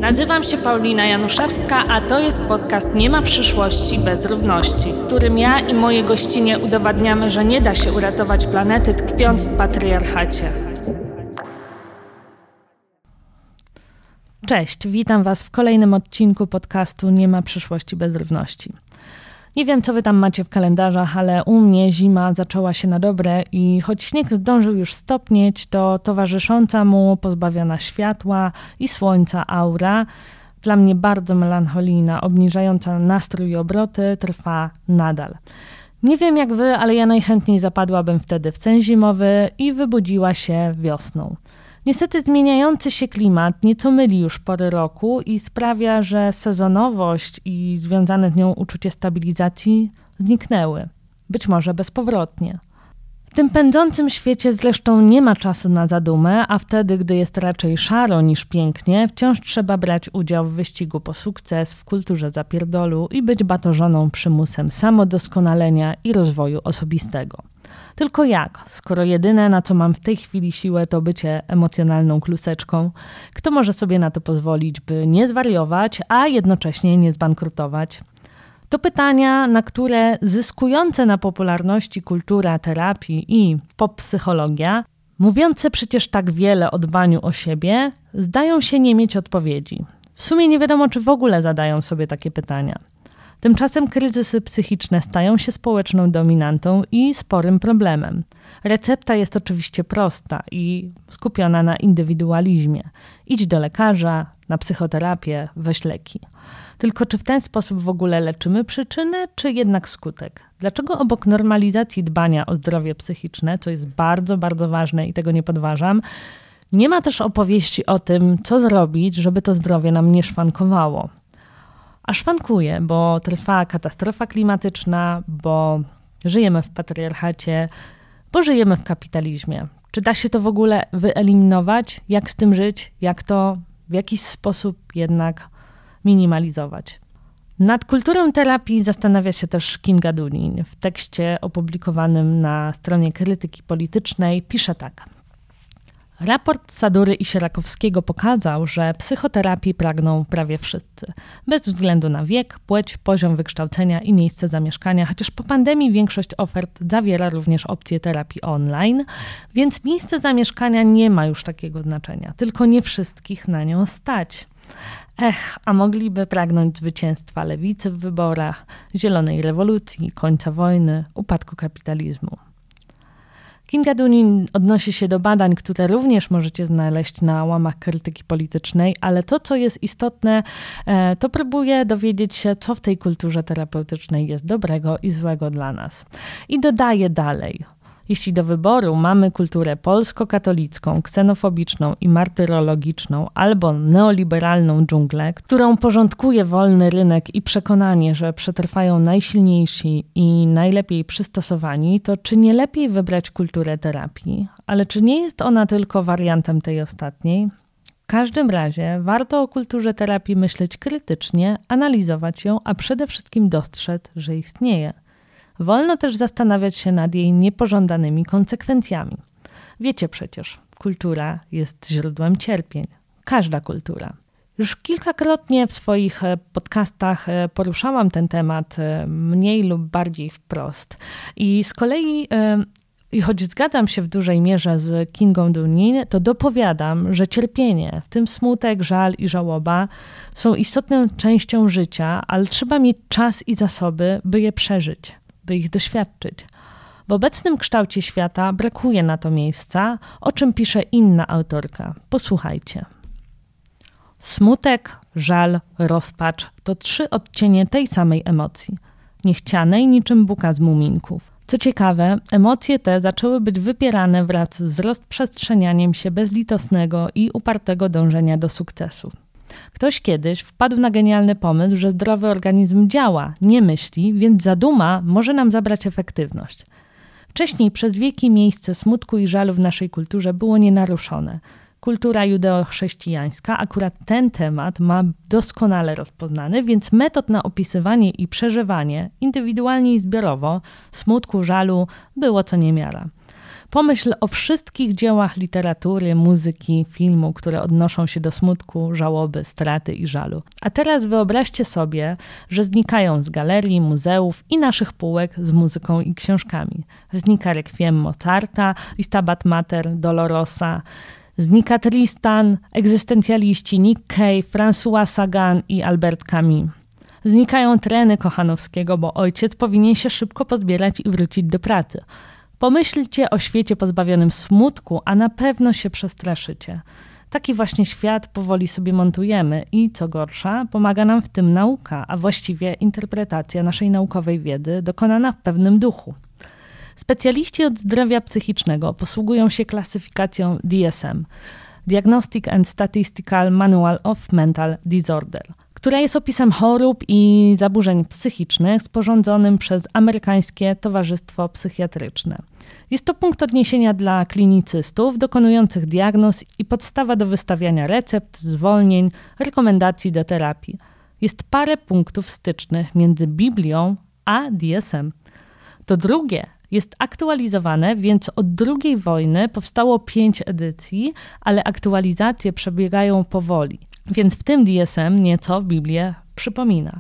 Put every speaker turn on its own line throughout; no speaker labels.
Nazywam się Paulina Januszewska, a to jest podcast Nie ma przyszłości bez równości, w którym ja i moje gościnie udowadniamy, że nie da się uratować planety tkwiąc w patriarchacie. Cześć, witam Was w kolejnym odcinku podcastu Nie ma przyszłości bez równości. Nie wiem, co Wy tam macie w kalendarzach, ale u mnie zima zaczęła się na dobre i choć śnieg zdążył już stopnieć, to towarzysząca mu pozbawiona światła i słońca aura, dla mnie bardzo melancholijna, obniżająca nastrój i obroty, trwa nadal. Nie wiem jak Wy, ale ja najchętniej zapadłabym wtedy w sen zimowy i wybudziła się wiosną. Niestety zmieniający się klimat nieco myli już pory roku i sprawia, że sezonowość i związane z nią uczucie stabilizacji zniknęły. Być może bezpowrotnie. W tym pędzącym świecie zresztą nie ma czasu na zadumę, a wtedy, gdy jest raczej szaro niż pięknie, wciąż trzeba brać udział w wyścigu po sukces, w kulturze zapierdolu i być batorzoną przymusem samodoskonalenia i rozwoju osobistego. Tylko jak, skoro jedyne, na co mam w tej chwili siłę, to bycie emocjonalną kluseczką? Kto może sobie na to pozwolić, by nie zwariować, a jednocześnie nie zbankrutować? To pytania, na które zyskujące na popularności kultura terapii i poppsychologia, mówiące przecież tak wiele o dbaniu o siebie, zdają się nie mieć odpowiedzi. W sumie nie wiadomo, czy w ogóle zadają sobie takie pytania. Tymczasem kryzysy psychiczne stają się społeczną dominantą i sporym problemem. Recepta jest oczywiście prosta i skupiona na indywidualizmie. Idź do lekarza, na psychoterapię, weź leki. Tylko czy w ten sposób w ogóle leczymy przyczynę, czy jednak skutek? Dlaczego obok normalizacji dbania o zdrowie psychiczne, co jest bardzo, bardzo ważne i tego nie podważam, nie ma też opowieści o tym, co zrobić, żeby to zdrowie nam nie szwankowało? A szwankuje, bo trwa katastrofa klimatyczna, bo żyjemy w patriarchacie, bo żyjemy w kapitalizmie. Czy da się to w ogóle wyeliminować? Jak z tym żyć? Jak to w jakiś sposób jednak minimalizować? Nad kulturą terapii zastanawia się też Kinga Dunin. W tekście opublikowanym na stronie Krytyki Politycznej pisze tak. Raport Sadury i Sierakowskiego pokazał, że psychoterapii pragną prawie wszyscy, bez względu na wiek, płeć, poziom wykształcenia i miejsce zamieszkania, chociaż po pandemii większość ofert zawiera również opcję terapii online, więc miejsce zamieszkania nie ma już takiego znaczenia, tylko nie wszystkich na nią stać. A mogliby pragnąć zwycięstwa lewicy w wyborach, zielonej rewolucji, końca wojny, upadku kapitalizmu. Kinga Dunin odnosi się do badań, które również możecie znaleźć na łamach Krytyki Politycznej, ale to, co jest istotne, to próbuje dowiedzieć się, co w tej kulturze terapeutycznej jest dobrego i złego dla nas. I dodaje dalej. Jeśli do wyboru mamy kulturę polsko-katolicką, ksenofobiczną i martyrologiczną albo neoliberalną dżunglę, którą porządkuje wolny rynek i przekonanie, że przetrwają najsilniejsi i najlepiej przystosowani, to czy nie lepiej wybrać kulturę terapii? Ale czy nie jest ona tylko wariantem tej ostatniej? W każdym razie warto o kulturze terapii myśleć krytycznie, analizować ją, a przede wszystkim dostrzec, że istnieje. Wolno też zastanawiać się nad jej niepożądanymi konsekwencjami. Wiecie przecież, kultura jest źródłem cierpień. Każda kultura. Już kilkakrotnie w swoich podcastach poruszałam ten temat mniej lub bardziej wprost. I z kolei, choć zgadzam się w dużej mierze z Kingą Dunin, to dopowiadam, że cierpienie, w tym smutek, żal i żałoba, są istotną częścią życia, ale trzeba mieć czas i zasoby, by je przeżyć, by ich doświadczyć. W obecnym kształcie świata brakuje na to miejsca, o czym pisze inna autorka. Posłuchajcie. Smutek, żal, rozpacz to 3 odcienie tej samej emocji, niechcianej niczym buka z muminków. Co ciekawe, emocje te zaczęły być wypierane wraz z rozprzestrzenianiem się bezlitosnego i upartego dążenia do sukcesu. Ktoś kiedyś wpadł na genialny pomysł, że zdrowy organizm działa, nie myśli, więc zaduma może nam zabrać efektywność. Wcześniej przez wieki miejsce smutku i żalu w naszej kulturze było nienaruszone. Kultura judeo-chrześcijańska akurat ten temat ma doskonale rozpoznany, więc metod na opisywanie i przeżywanie indywidualnie i zbiorowo smutku, żalu było co niemiara. Pomyśl o wszystkich dziełach literatury, muzyki, filmu, które odnoszą się do smutku, żałoby, straty i żalu. A teraz wyobraźcie sobie, że znikają z galerii, muzeów i naszych półek z muzyką i książkami. Znika Requiem Mozarta i Stabat Mater Dolorosa. Znika Tristan, egzystencjaliści Nick Cave, François Sagan i Albert Camus. Znikają treny Kochanowskiego, bo ojciec powinien się szybko pozbierać i wrócić do pracy. Pomyślcie o świecie pozbawionym smutku, a na pewno się przestraszycie. Taki właśnie świat powoli sobie montujemy i, co gorsza, pomaga nam w tym nauka, a właściwie interpretacja naszej naukowej wiedzy dokonana w pewnym duchu. Specjaliści od zdrowia psychicznego posługują się klasyfikacją DSM, Diagnostic and Statistical Manual of Mental Disorder, która jest opisem chorób i zaburzeń psychicznych sporządzonym przez Amerykańskie Towarzystwo Psychiatryczne. Jest to punkt odniesienia dla klinicystów dokonujących diagnoz i podstawa do wystawiania recept, zwolnień, rekomendacji do terapii. Jest parę punktów stycznych między Biblią a DSM. To drugie jest aktualizowane, więc od II wojny powstało 5 edycji, ale aktualizacje przebiegają powoli. Więc w tym DSM nieco Biblię przypomina.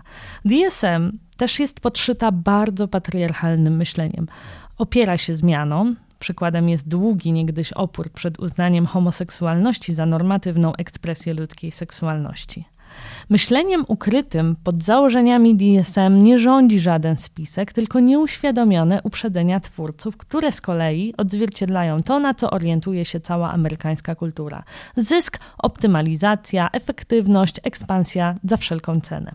DSM też jest podszyta bardzo patriarchalnym myśleniem. Opiera się zmianom. Przykładem jest długi niegdyś opór przed uznaniem homoseksualności za normatywną ekspresję ludzkiej seksualności. Myśleniem ukrytym pod założeniami DSM nie rządzi żaden spisek, tylko nieuświadomione uprzedzenia twórców, które z kolei odzwierciedlają to, na co orientuje się cała amerykańska kultura. Zysk, optymalizacja, efektywność, ekspansja za wszelką cenę.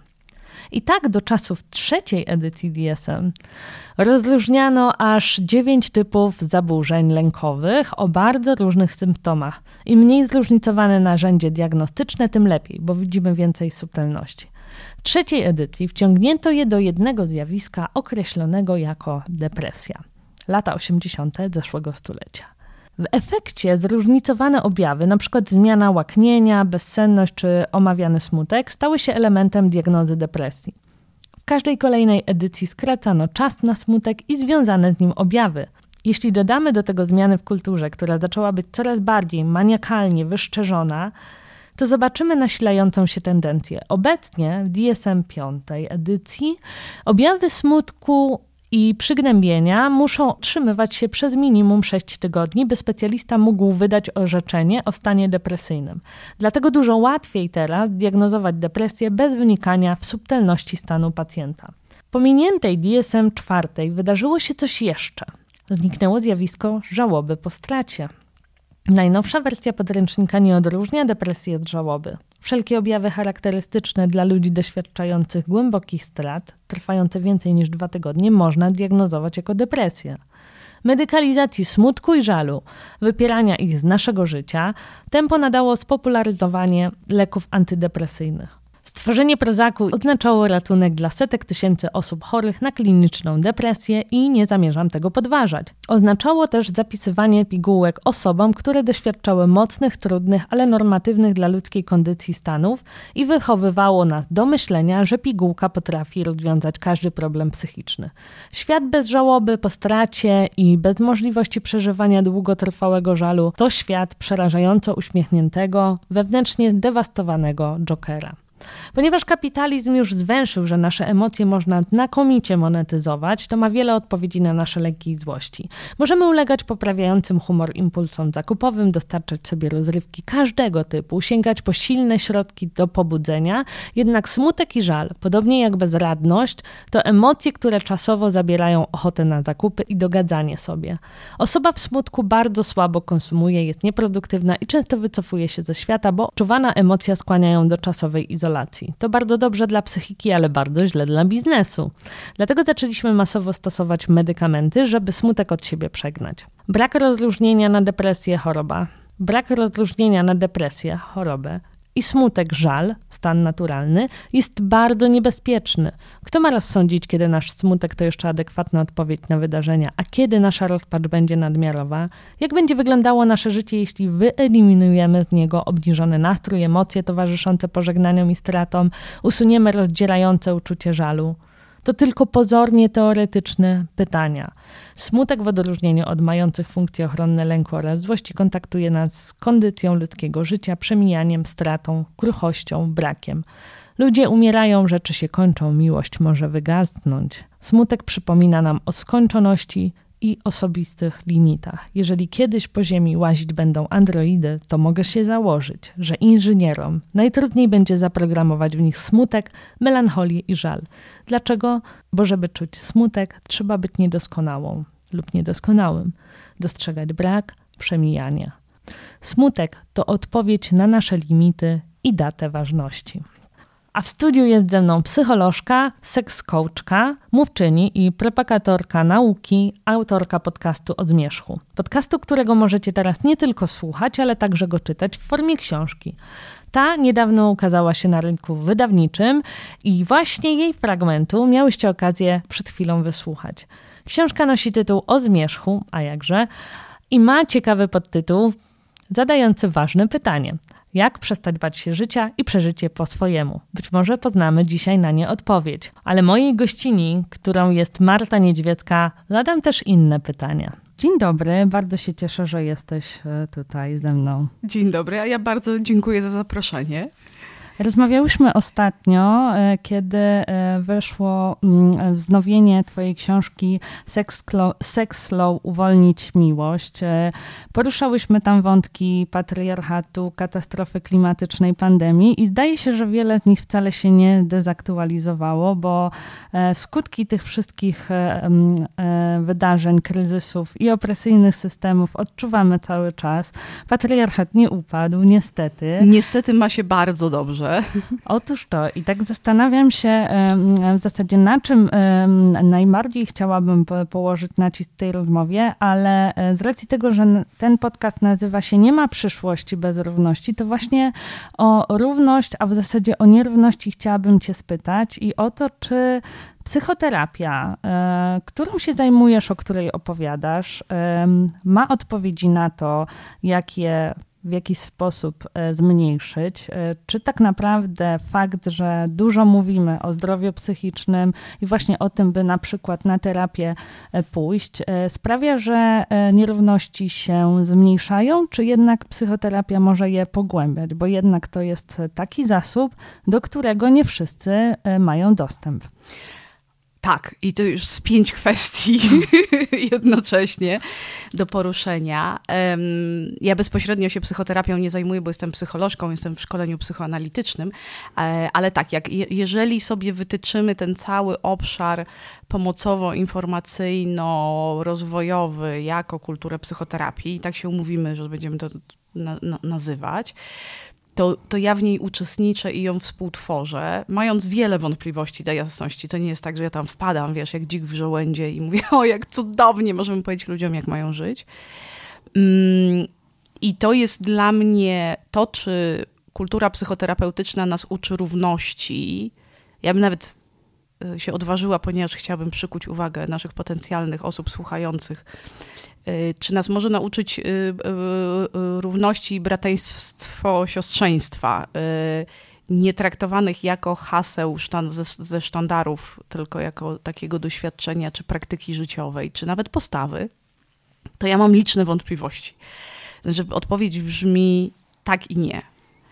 I tak do czasów 3. edycji DSM rozróżniano aż 9 typów zaburzeń lękowych o bardzo różnych symptomach. Im mniej zróżnicowane narzędzie diagnostyczne, tym lepiej, bo widzimy więcej subtelności. W 3. edycji wciągnięto je do jednego zjawiska określonego jako depresja. Lata 80. zeszłego stulecia. W efekcie zróżnicowane objawy, np. zmiana łaknienia, bezsenność czy omawiany smutek, stały się elementem diagnozy depresji. W każdej kolejnej edycji skracano czas na smutek i związane z nim objawy. Jeśli dodamy do tego zmiany w kulturze, która zaczęła być coraz bardziej maniakalnie wyszczerzona, to zobaczymy nasilającą się tendencję. Obecnie w DSM 5 edycji objawy smutku i przygnębienia muszą utrzymywać się przez minimum 6 tygodni, by specjalista mógł wydać orzeczenie o stanie depresyjnym. Dlatego dużo łatwiej teraz diagnozować depresję bez wnikania w subtelności stanu pacjenta. W pominiętej DSM 4 wydarzyło się coś jeszcze. Zniknęło zjawisko żałoby po stracie. Najnowsza wersja podręcznika nie odróżnia depresji od żałoby. Wszelkie objawy charakterystyczne dla ludzi doświadczających głębokich strat, trwające więcej niż 2 tygodnie, można diagnozować jako depresję. Medykalizacji smutku i żalu, wypierania ich z naszego życia, tempo nadało spopularyzowanie leków antydepresyjnych. Stworzenie Prozacu oznaczało ratunek dla setek tysięcy osób chorych na kliniczną depresję i nie zamierzam tego podważać. Oznaczało też zapisywanie pigułek osobom, które doświadczały mocnych, trudnych, ale normatywnych dla ludzkiej kondycji stanów i wychowywało nas do myślenia, że pigułka potrafi rozwiązać każdy problem psychiczny. Świat bez żałoby po stracie i bez możliwości przeżywania długotrwałego żalu to świat przerażająco uśmiechniętego, wewnętrznie zdewastowanego Jokera. Ponieważ kapitalizm już zwęszył, że nasze emocje można znakomicie monetyzować, to ma wiele odpowiedzi na nasze lęki i złości. Możemy ulegać poprawiającym humor impulsom zakupowym, dostarczać sobie rozrywki każdego typu, sięgać po silne środki do pobudzenia, jednak smutek i żal, podobnie jak bezradność, to emocje, które czasowo zabierają ochotę na zakupy i dogadzanie sobie. Osoba w smutku bardzo słabo konsumuje, jest nieproduktywna i często wycofuje się ze świata, bo odczuwana emocja skłania ją do czasowej izolacji. To bardzo dobrze dla psychiki, ale bardzo źle dla biznesu. Dlatego zaczęliśmy masowo stosować medykamenty, żeby smutek od siebie przegnać. Brak rozróżnienia na depresję, choroba. Brak rozróżnienia na depresję, chorobę i smutek, żal, stan naturalny, jest bardzo niebezpieczny. Kto ma rozsądzić, kiedy nasz smutek to jeszcze adekwatna odpowiedź na wydarzenia, a kiedy nasza rozpacz będzie nadmiarowa? Jak będzie wyglądało nasze życie, jeśli wyeliminujemy z niego obniżony nastrój, emocje towarzyszące pożegnaniom i stratom, usuniemy rozdzierające uczucie żalu? To tylko pozornie teoretyczne pytania. Smutek w odróżnieniu od mających funkcje ochronne lęku oraz złości kontaktuje nas z kondycją ludzkiego życia, przemijaniem, stratą, kruchością, brakiem. Ludzie umierają, rzeczy się kończą, miłość może wygasnąć. Smutek przypomina nam o skończoności i osobistych limitach. Jeżeli kiedyś po ziemi łazić będą androidy, to mogę się założyć, że inżynierom najtrudniej będzie zaprogramować w nich smutek, melancholię i żal. Dlaczego? Bo żeby czuć smutek, trzeba być niedoskonałą lub niedoskonałym, dostrzegać brak, przemijanie. Smutek to odpowiedź na nasze limity i datę ważności. A w studiu jest ze mną psycholożka, seks coachka, mówczyni i propagatorka nauki, autorka podcastu Od Zmierzchu. Podcastu, którego możecie teraz nie tylko słuchać, ale także go czytać w formie książki. Ta niedawno ukazała się na rynku wydawniczym i właśnie jej fragmentu miałyście okazję przed chwilą wysłuchać. Książka nosi tytuł O Zmierzchu, a jakże, i ma ciekawy podtytuł zadający ważne pytanie. Jak przestać bać się życia i przeżyć je po swojemu? Być może poznamy dzisiaj na nie odpowiedź. Ale mojej gościni, którą jest Marta Niedźwiecka, zadam też inne pytania. Dzień dobry, bardzo się cieszę, że jesteś tutaj ze mną.
Dzień dobry, a ja bardzo dziękuję za zaproszenie.
Rozmawiałyśmy ostatnio, kiedy wyszło wznowienie twojej książki Sex, Slow, Uwolnić miłość. Poruszałyśmy tam wątki patriarchatu, katastrofy klimatycznej, pandemii i zdaje się, że wiele z nich wcale się nie dezaktualizowało, bo skutki tych wszystkich wydarzeń, kryzysów i opresyjnych systemów odczuwamy cały czas. Patriarchat nie upadł, niestety.
Niestety ma się bardzo dobrze.
Otóż to i tak zastanawiam się w zasadzie na czym najbardziej chciałabym położyć nacisk w tej rozmowie, ale z racji tego, że ten podcast nazywa się Nie ma przyszłości bez równości, to właśnie o równość, a w zasadzie o nierówności chciałabym cię spytać i o to, czy psychoterapia, którą się zajmujesz, o której opowiadasz, ma odpowiedzi na to, w jaki sposób zmniejszyć. Czy tak naprawdę fakt, że dużo mówimy o zdrowiu psychicznym i właśnie o tym, by na przykład na terapię pójść, sprawia, że nierówności się zmniejszają, czy jednak psychoterapia może je pogłębiać, bo jednak to jest taki zasób, do którego nie wszyscy mają dostęp.
Tak, i to już z 5 kwestii jednocześnie do poruszenia. Ja bezpośrednio się psychoterapią nie zajmuję, bo jestem psycholożką, jestem w szkoleniu psychoanalitycznym, ale tak, jeżeli sobie wytyczymy ten cały obszar pomocowo-informacyjno-rozwojowy jako kulturę psychoterapii, i tak się umówimy, że będziemy to nazywać, to ja w niej uczestniczę i ją współtworzę, mając wiele wątpliwości dla jasności. To nie jest tak, że ja tam wpadam, wiesz, jak dzik w żołędzie i mówię, o jak cudownie możemy powiedzieć ludziom, jak mają żyć. I to jest dla mnie to, czy kultura psychoterapeutyczna nas uczy równości. Ja bym nawet się odważyła, ponieważ chciałabym przykuć uwagę naszych potencjalnych osób słuchających, czy nas może nauczyć równości i brateństwo, siostrzeństwa, nie traktowanych jako haseł ze sztandarów, tylko jako takiego doświadczenia, czy praktyki życiowej, czy nawet postawy, to ja mam liczne wątpliwości. Znaczy, odpowiedź brzmi tak i nie.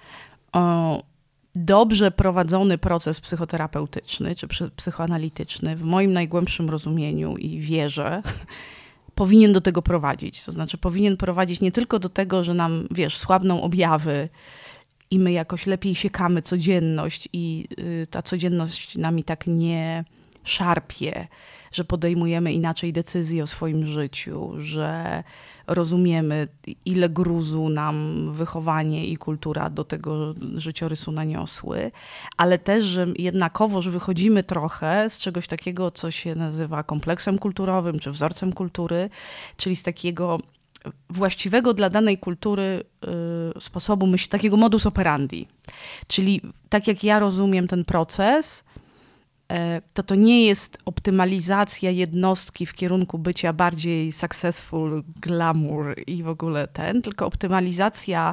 Dobrze prowadzony proces psychoterapeutyczny, czy psychoanalityczny, w moim najgłębszym rozumieniu i wierze, powinien do tego prowadzić. To znaczy powinien prowadzić nie tylko do tego, że nam, wiesz, słabną objawy i my jakoś lepiej siekamy codzienność i ta codzienność nami tak nie szarpie, że podejmujemy inaczej decyzje o swoim życiu, że rozumiemy, ile gruzu nam wychowanie i kultura do tego życiorysu naniosły, ale też, że jednakowoż wychodzimy trochę z czegoś takiego, co się nazywa kompleksem kulturowym, czy wzorcem kultury, czyli z takiego właściwego dla danej kultury sposobu myślenia, takiego modus operandi. Czyli tak jak ja rozumiem ten proces, to nie jest optymalizacja jednostki w kierunku bycia bardziej successful, glamour i w ogóle tylko optymalizacja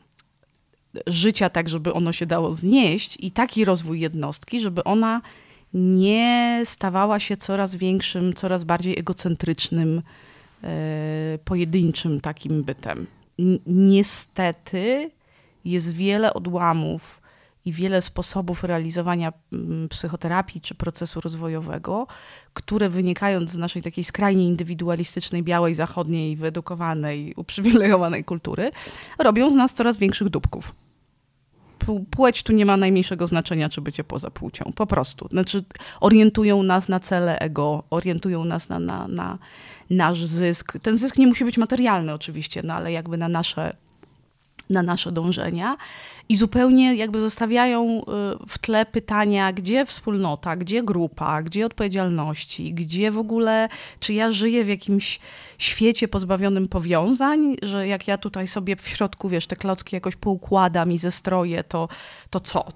życia tak, żeby ono się dało znieść i taki rozwój jednostki, żeby ona nie stawała się coraz większym, coraz bardziej egocentrycznym, pojedynczym takim bytem. Niestety jest wiele odłamów i wiele sposobów realizowania psychoterapii czy procesu rozwojowego, które wynikając z naszej takiej skrajnie indywidualistycznej, białej, zachodniej, wyedukowanej, uprzywilejowanej kultury, robią z nas coraz większych dupków. Płeć tu nie ma najmniejszego znaczenia, czy bycie poza płcią. Po prostu. Znaczy orientują nas na cele ego, orientują nas na nasz zysk. Ten zysk nie musi być materialny oczywiście, no ale jakby na nasze dążenia i zupełnie jakby zostawiają w tle pytania, gdzie wspólnota, gdzie grupa, gdzie odpowiedzialności, gdzie w ogóle, czy ja żyję w jakimś świecie pozbawionym powiązań, że jak ja tutaj sobie w środku, wiesz, te klocki jakoś poukładam i zestroję, to co?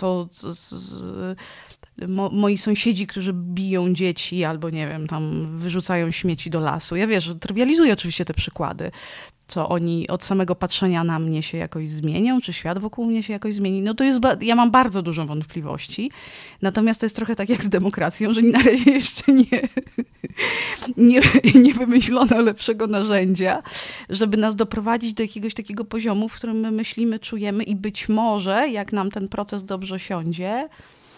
Moi sąsiedzi, którzy biją dzieci albo nie wiem, tam wyrzucają śmieci do lasu. Ja wiesz, trywializuję oczywiście te przykłady. Co oni od samego patrzenia na mnie się jakoś zmienią, czy świat wokół mnie się jakoś zmieni. No to jest, ja mam bardzo dużo wątpliwości. Natomiast to jest trochę tak jak z demokracją, że na razie jeszcze nie wymyślono lepszego narzędzia, żeby nas doprowadzić do jakiegoś takiego poziomu, w którym my myślimy, czujemy i być może, jak nam ten proces dobrze siądzie,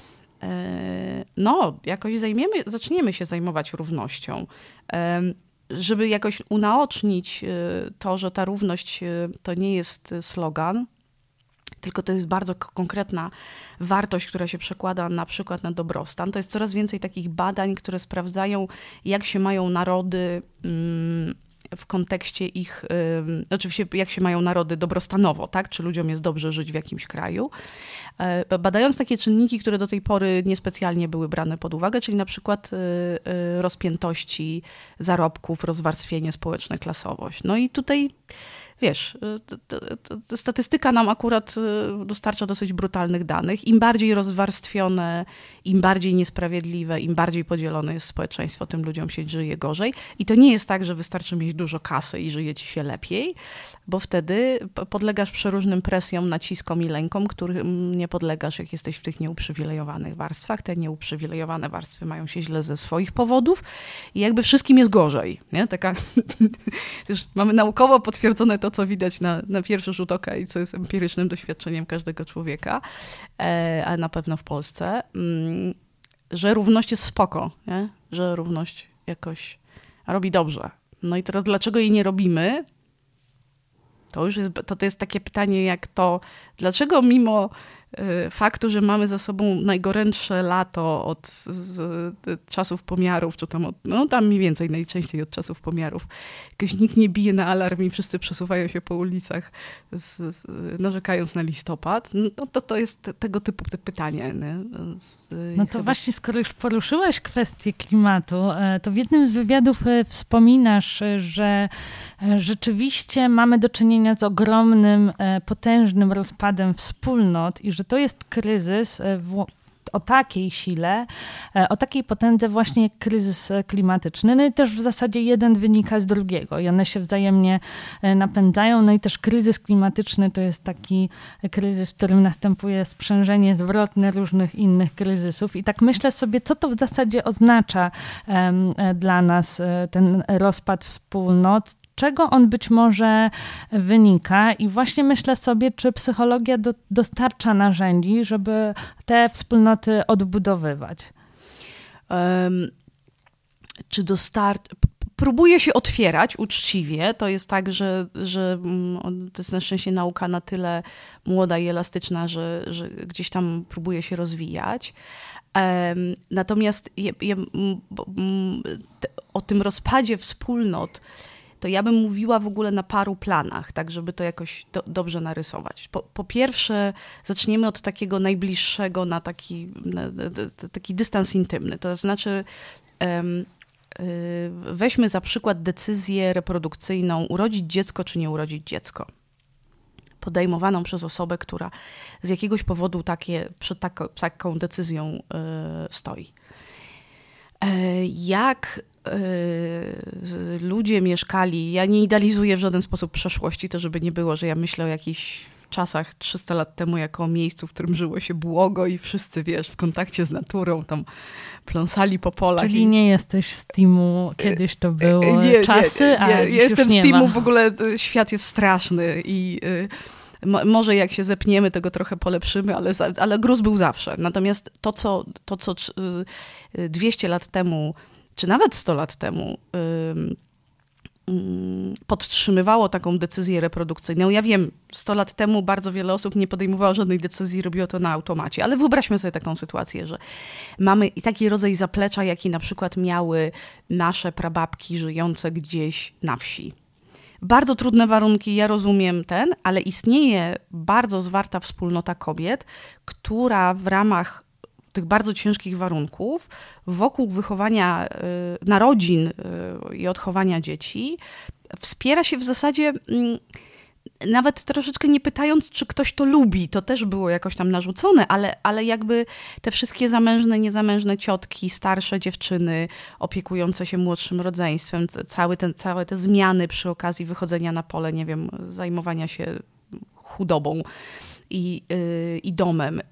no jakoś zaczniemy się zajmować równością. Żeby jakoś unaocznić to, że ta równość to nie jest slogan, tylko to jest bardzo konkretna wartość, która się przekłada na przykład na dobrostan. To jest coraz więcej takich badań, które sprawdzają, jak się mają narody w kontekście ich, oczywiście jak się mają narody dobrostanowo, tak? Czy ludziom jest dobrze żyć w jakimś kraju. Badając takie czynniki, które do tej pory niespecjalnie były brane pod uwagę, czyli na przykład rozpiętości zarobków, rozwarstwienie społeczne, klasowość. No i tutaj wiesz, statystyka nam akurat dostarcza dosyć brutalnych danych. Im bardziej rozwarstwione, im bardziej niesprawiedliwe, im bardziej podzielone jest społeczeństwo, tym ludziom się żyje gorzej. I to nie jest tak, że wystarczy mieć dużo kasy i żyje ci się lepiej, bo wtedy podlegasz przeróżnym presjom, naciskom i lękom, którym nie podlegasz, jak jesteś w tych nieuprzywilejowanych warstwach. Te nieuprzywilejowane warstwy mają się źle ze swoich powodów i jakby wszystkim jest gorzej. Nie? Taka, już mamy naukowo potwierdzone to, co widać na pierwszy rzut oka i co jest empirycznym doświadczeniem każdego człowieka, a na pewno w Polsce, że równość jest spoko, nie? Że równość jakoś robi dobrze. No i teraz dlaczego jej nie robimy? To już jest takie pytanie jak to, dlaczego mimo faktu, że mamy za sobą najgorętsze lato od czasów pomiarów, czy tam, tam mniej więcej najczęściej od czasów pomiarów, jakoś nikt nie bije na alarm i wszyscy przesuwają się po ulicach, narzekając na listopad, no to jest tego typu pytanie. Nie?
No to właśnie, skoro już poruszyłaś kwestię klimatu, to w jednym z wywiadów wspominasz, że rzeczywiście mamy do czynienia z ogromnym, potężnym rozpadem wspólnot i że to jest kryzys o takiej sile, o takiej potędze właśnie jak kryzys klimatyczny. No i też w zasadzie jeden wynika z drugiego i one się wzajemnie napędzają. No i też kryzys klimatyczny to jest taki kryzys, w którym następuje sprzężenie zwrotne różnych innych kryzysów. I tak myślę sobie, co to w zasadzie oznacza dla nas ten rozpad wspólnot, czego on być może wynika i właśnie myślę sobie, czy psychologia dostarcza narzędzi, żeby te wspólnoty odbudowywać.
Próbuje się otwierać uczciwie. To jest tak, że to jest na szczęście nauka na tyle młoda i elastyczna, że gdzieś tam próbuje się rozwijać. Natomiast o tym rozpadzie wspólnot to ja bym mówiła w ogóle na paru planach, tak żeby to jakoś dobrze narysować. Po pierwsze, zaczniemy od takiego najbliższego na taki dystans intymny. To znaczy weźmy za przykład decyzję reprodukcyjną, urodzić dziecko czy nie urodzić dziecko. Podejmowaną przez osobę, która z jakiegoś powodu przed taką decyzją stoi. Jak ludzie mieszkali, ja nie idealizuję w żaden sposób przeszłości, to żeby nie było, że ja myślę o jakichś czasach 300 lat temu jako o miejscu, w którym żyło się błogo i wszyscy, wiesz, w kontakcie z naturą tam pląsali po polach.
Czyli nie jesteś z teamu, kiedyś to były czasy, a
ja jestem
już nie
z teamu,
ma.
w ogóle świat jest straszny i może jak się zepniemy, tego trochę polepszymy, ale gruz był zawsze. Natomiast to, co 200 lat temu, czy nawet 100 lat temu podtrzymywało taką decyzję reprodukcyjną. Ja wiem, 100 lat temu bardzo wiele osób nie podejmowało żadnej decyzji, robiło to na automacie, ale wyobraźmy sobie taką sytuację, że mamy taki rodzaj zaplecza, jaki na przykład miały nasze prababki żyjące gdzieś na wsi. Bardzo trudne warunki, ja rozumiem ale istnieje bardzo zwarta wspólnota kobiet, która w ramach tych bardzo ciężkich warunków, wokół wychowania narodzin i odchowania dzieci, wspiera się w zasadzie nawet troszeczkę nie pytając, czy ktoś to lubi. To też było jakoś tam narzucone, ale jakby te wszystkie zamężne, niezamężne ciotki, starsze dziewczyny opiekujące się młodszym rodzeństwem, całe te zmiany przy okazji wychodzenia na pole, nie wiem, zajmowania się chudobą i domem.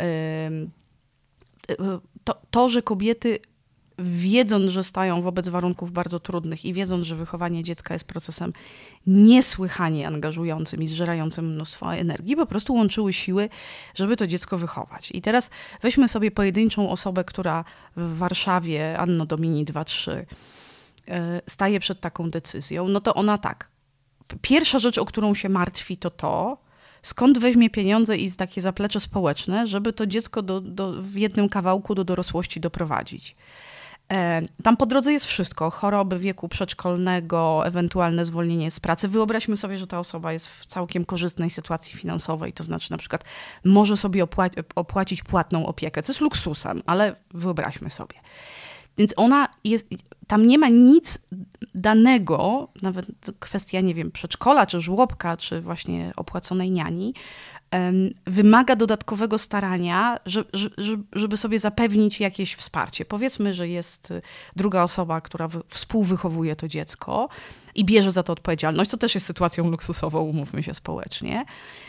To, że kobiety, wiedząc, że stają wobec warunków bardzo trudnych i wiedząc, że wychowanie dziecka jest procesem niesłychanie angażującym i zżerającym mnóstwo energii, po prostu łączyły siły, żeby to dziecko wychować. I teraz weźmy sobie pojedynczą osobę, która w Warszawie, Anno Domini 2-3, staje przed taką decyzją, no to ona tak. Pierwsza rzecz, o którą się martwi, to skąd weźmie pieniądze i takie zaplecze społeczne, żeby to dziecko w jednym kawałku do dorosłości doprowadzić. Tam po drodze jest wszystko. Choroby wieku przedszkolnego, ewentualne zwolnienie z pracy. Wyobraźmy sobie, że ta osoba jest w całkiem korzystnej sytuacji finansowej. To znaczy na przykład może sobie opłacić płatną opiekę, co jest luksusem, ale wyobraźmy sobie. Więc ona jest, tam nie ma nic danego, nawet kwestia, nie wiem, przedszkola, czy żłobka, czy właśnie opłaconej niani, wymaga dodatkowego starania, żeby sobie zapewnić jakieś wsparcie. Powiedzmy, że jest druga osoba, która współwychowuje to dziecko i bierze za to odpowiedzialność, to też jest sytuacją luksusową, umówmy się społecznie.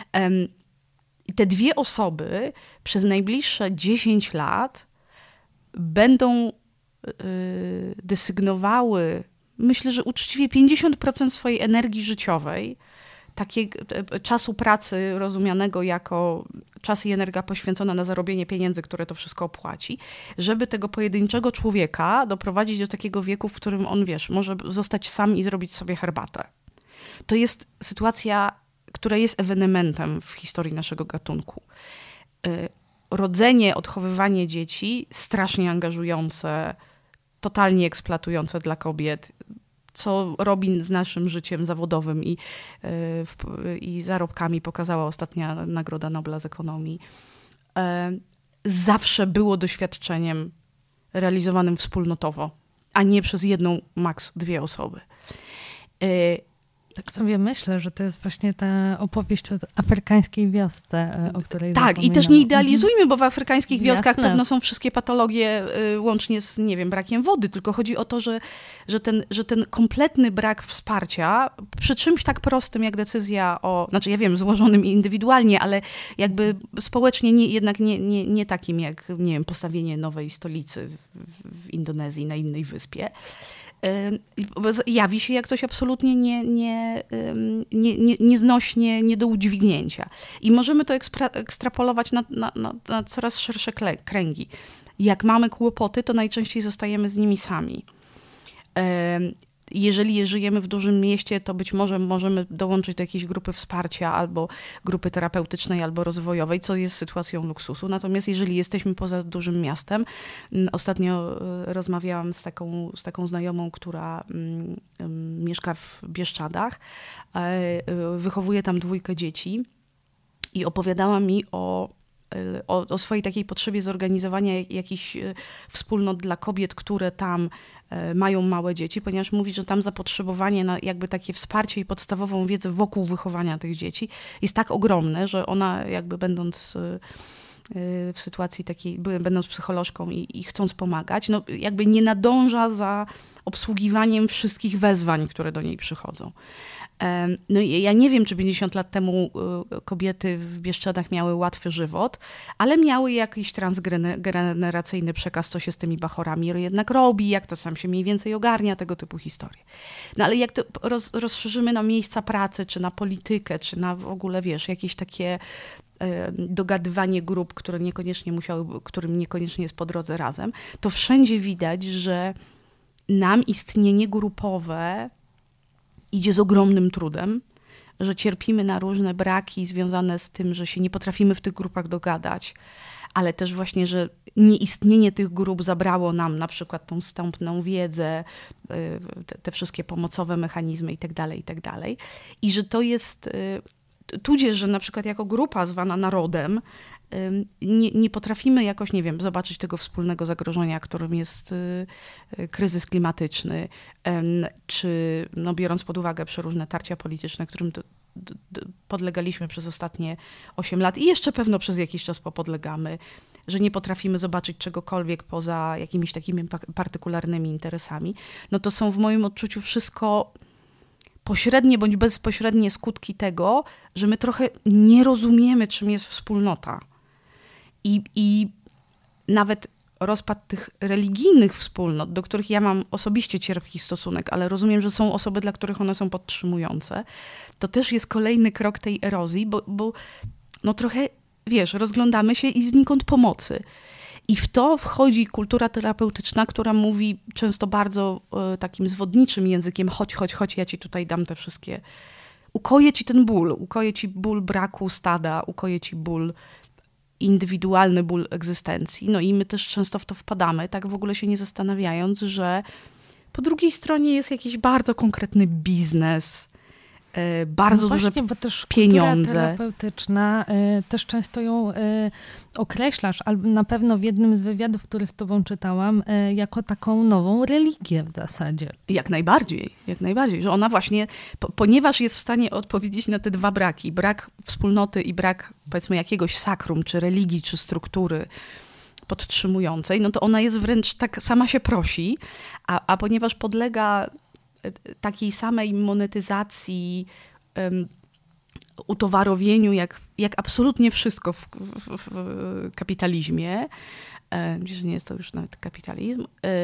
I te dwie osoby przez najbliższe 10 lat będą desygnowały, myślę, że uczciwie 50% swojej energii życiowej, takiego czasu pracy rozumianego jako czas i energia poświęcona na zarobienie pieniędzy, które to wszystko opłaci, żeby tego pojedynczego człowieka doprowadzić do takiego wieku, w którym on, wiesz, może zostać sam i zrobić sobie herbatę. To jest sytuacja, która jest ewenementem w historii naszego gatunku. Rodzenie, odchowywanie dzieci, strasznie angażujące, totalnie eksploatujące dla kobiet, co robi z naszym życiem zawodowym i zarobkami, pokazała ostatnia Nagroda Nobla z ekonomii, zawsze było doświadczeniem realizowanym wspólnotowo, a nie przez jedną, maks 2 osoby.
Tak sobie myślę, że to jest właśnie ta opowieść o afrykańskiej wiosce, o której
tak, i też nie idealizujmy, bo w afrykańskich wioskach pewno są wszystkie patologie, łącznie z, nie wiem, brakiem wody, tylko chodzi o to, że ten kompletny brak wsparcia przy czymś tak prostym jak decyzja znaczy ja wiem, złożonym indywidualnie, ale jakby społecznie jednak nie takim jak, nie wiem, postawienie nowej stolicy w Indonezji na innej wyspie, jawi się jak coś absolutnie nieznośnie, nie do udźwignięcia. I możemy to ekstrapolować na coraz szersze kręgi. Jak mamy kłopoty, to najczęściej zostajemy z nimi sami. Jeżeli żyjemy w dużym mieście, to być może możemy dołączyć do jakiejś grupy wsparcia albo grupy terapeutycznej, albo rozwojowej, co jest sytuacją luksusu. Natomiast jeżeli jesteśmy poza dużym miastem, ostatnio rozmawiałam z taką znajomą, która mieszka w Bieszczadach, wychowuje tam 2 dzieci i opowiadała mi o swojej takiej potrzebie zorganizowania jakichś wspólnot dla kobiet, które tam mają małe dzieci, ponieważ mówi, że tam zapotrzebowanie na jakby takie wsparcie i podstawową wiedzę wokół wychowania tych dzieci jest tak ogromne, że ona jakby będąc w sytuacji takiej, będąc psycholożką i chcąc pomagać, no jakby nie nadąża za obsługiwaniem wszystkich wezwań, które do niej przychodzą. No i ja nie wiem, czy 50 lat temu kobiety w Bieszczadach miały łatwy żywot, ale miały jakiś transgeneracyjny przekaz, co się z tymi bachorami jednak robi, jak to sam się mniej więcej ogarnia, tego typu historie. No ale jak to rozszerzymy na miejsca pracy, czy na politykę, czy na w ogóle, wiesz, jakieś takie dogadywanie grup, którym niekoniecznie jest po drodze razem, to wszędzie widać, że nam istnienie grupowe idzie z ogromnym trudem, że cierpimy na różne braki związane z tym, że się nie potrafimy w tych grupach dogadać, ale też właśnie, że nieistnienie tych grup zabrało nam na przykład tą wstępną wiedzę, te wszystkie pomocowe mechanizmy itd. I że to jest, tudzież, że na przykład jako grupa zwana narodem nie potrafimy jakoś, nie wiem, zobaczyć tego wspólnego zagrożenia, którym jest kryzys klimatyczny, czy no, biorąc pod uwagę przeróżne tarcia polityczne, którym podlegaliśmy przez ostatnie 8 lat i jeszcze pewno przez jakiś czas popodlegamy, że nie potrafimy zobaczyć czegokolwiek poza jakimiś takimi partykularnymi interesami, no to są w moim odczuciu wszystko pośrednie bądź bezpośrednie skutki tego, że my trochę nie rozumiemy, czym jest wspólnota. I nawet rozpad tych religijnych wspólnot, do których ja mam osobiście cierpki stosunek, ale rozumiem, że są osoby, dla których one są podtrzymujące, to też jest kolejny krok tej erozji, bo no trochę, wiesz, rozglądamy się i znikąd pomocy. I w to wchodzi kultura terapeutyczna, która mówi często bardzo takim zwodniczym językiem, chodź, ja ci tutaj dam te wszystkie, ukoję ci ten ból, ukoję ci ból braku stada, ukoję ci ból, indywidualny ból egzystencji. No i my też często w to wpadamy, tak w ogóle się nie zastanawiając, że po drugiej stronie jest jakiś bardzo konkretny biznes, bardzo duże
bo też
pieniądze.
Kultura terapeutyczna, też często ją określasz, albo na pewno w jednym z wywiadów, który z tobą czytałam, jako taką nową religię w zasadzie.
Jak najbardziej, że ona właśnie, ponieważ jest w stanie odpowiedzieć na te dwa braki, brak wspólnoty i brak, powiedzmy, jakiegoś sakrum, czy religii, czy struktury podtrzymującej, no to ona jest wręcz tak, sama się prosi, a ponieważ podlega takiej samej monetyzacji, utowarowieniu, jak absolutnie wszystko w kapitalizmie, że nie jest to już nawet kapitalizm,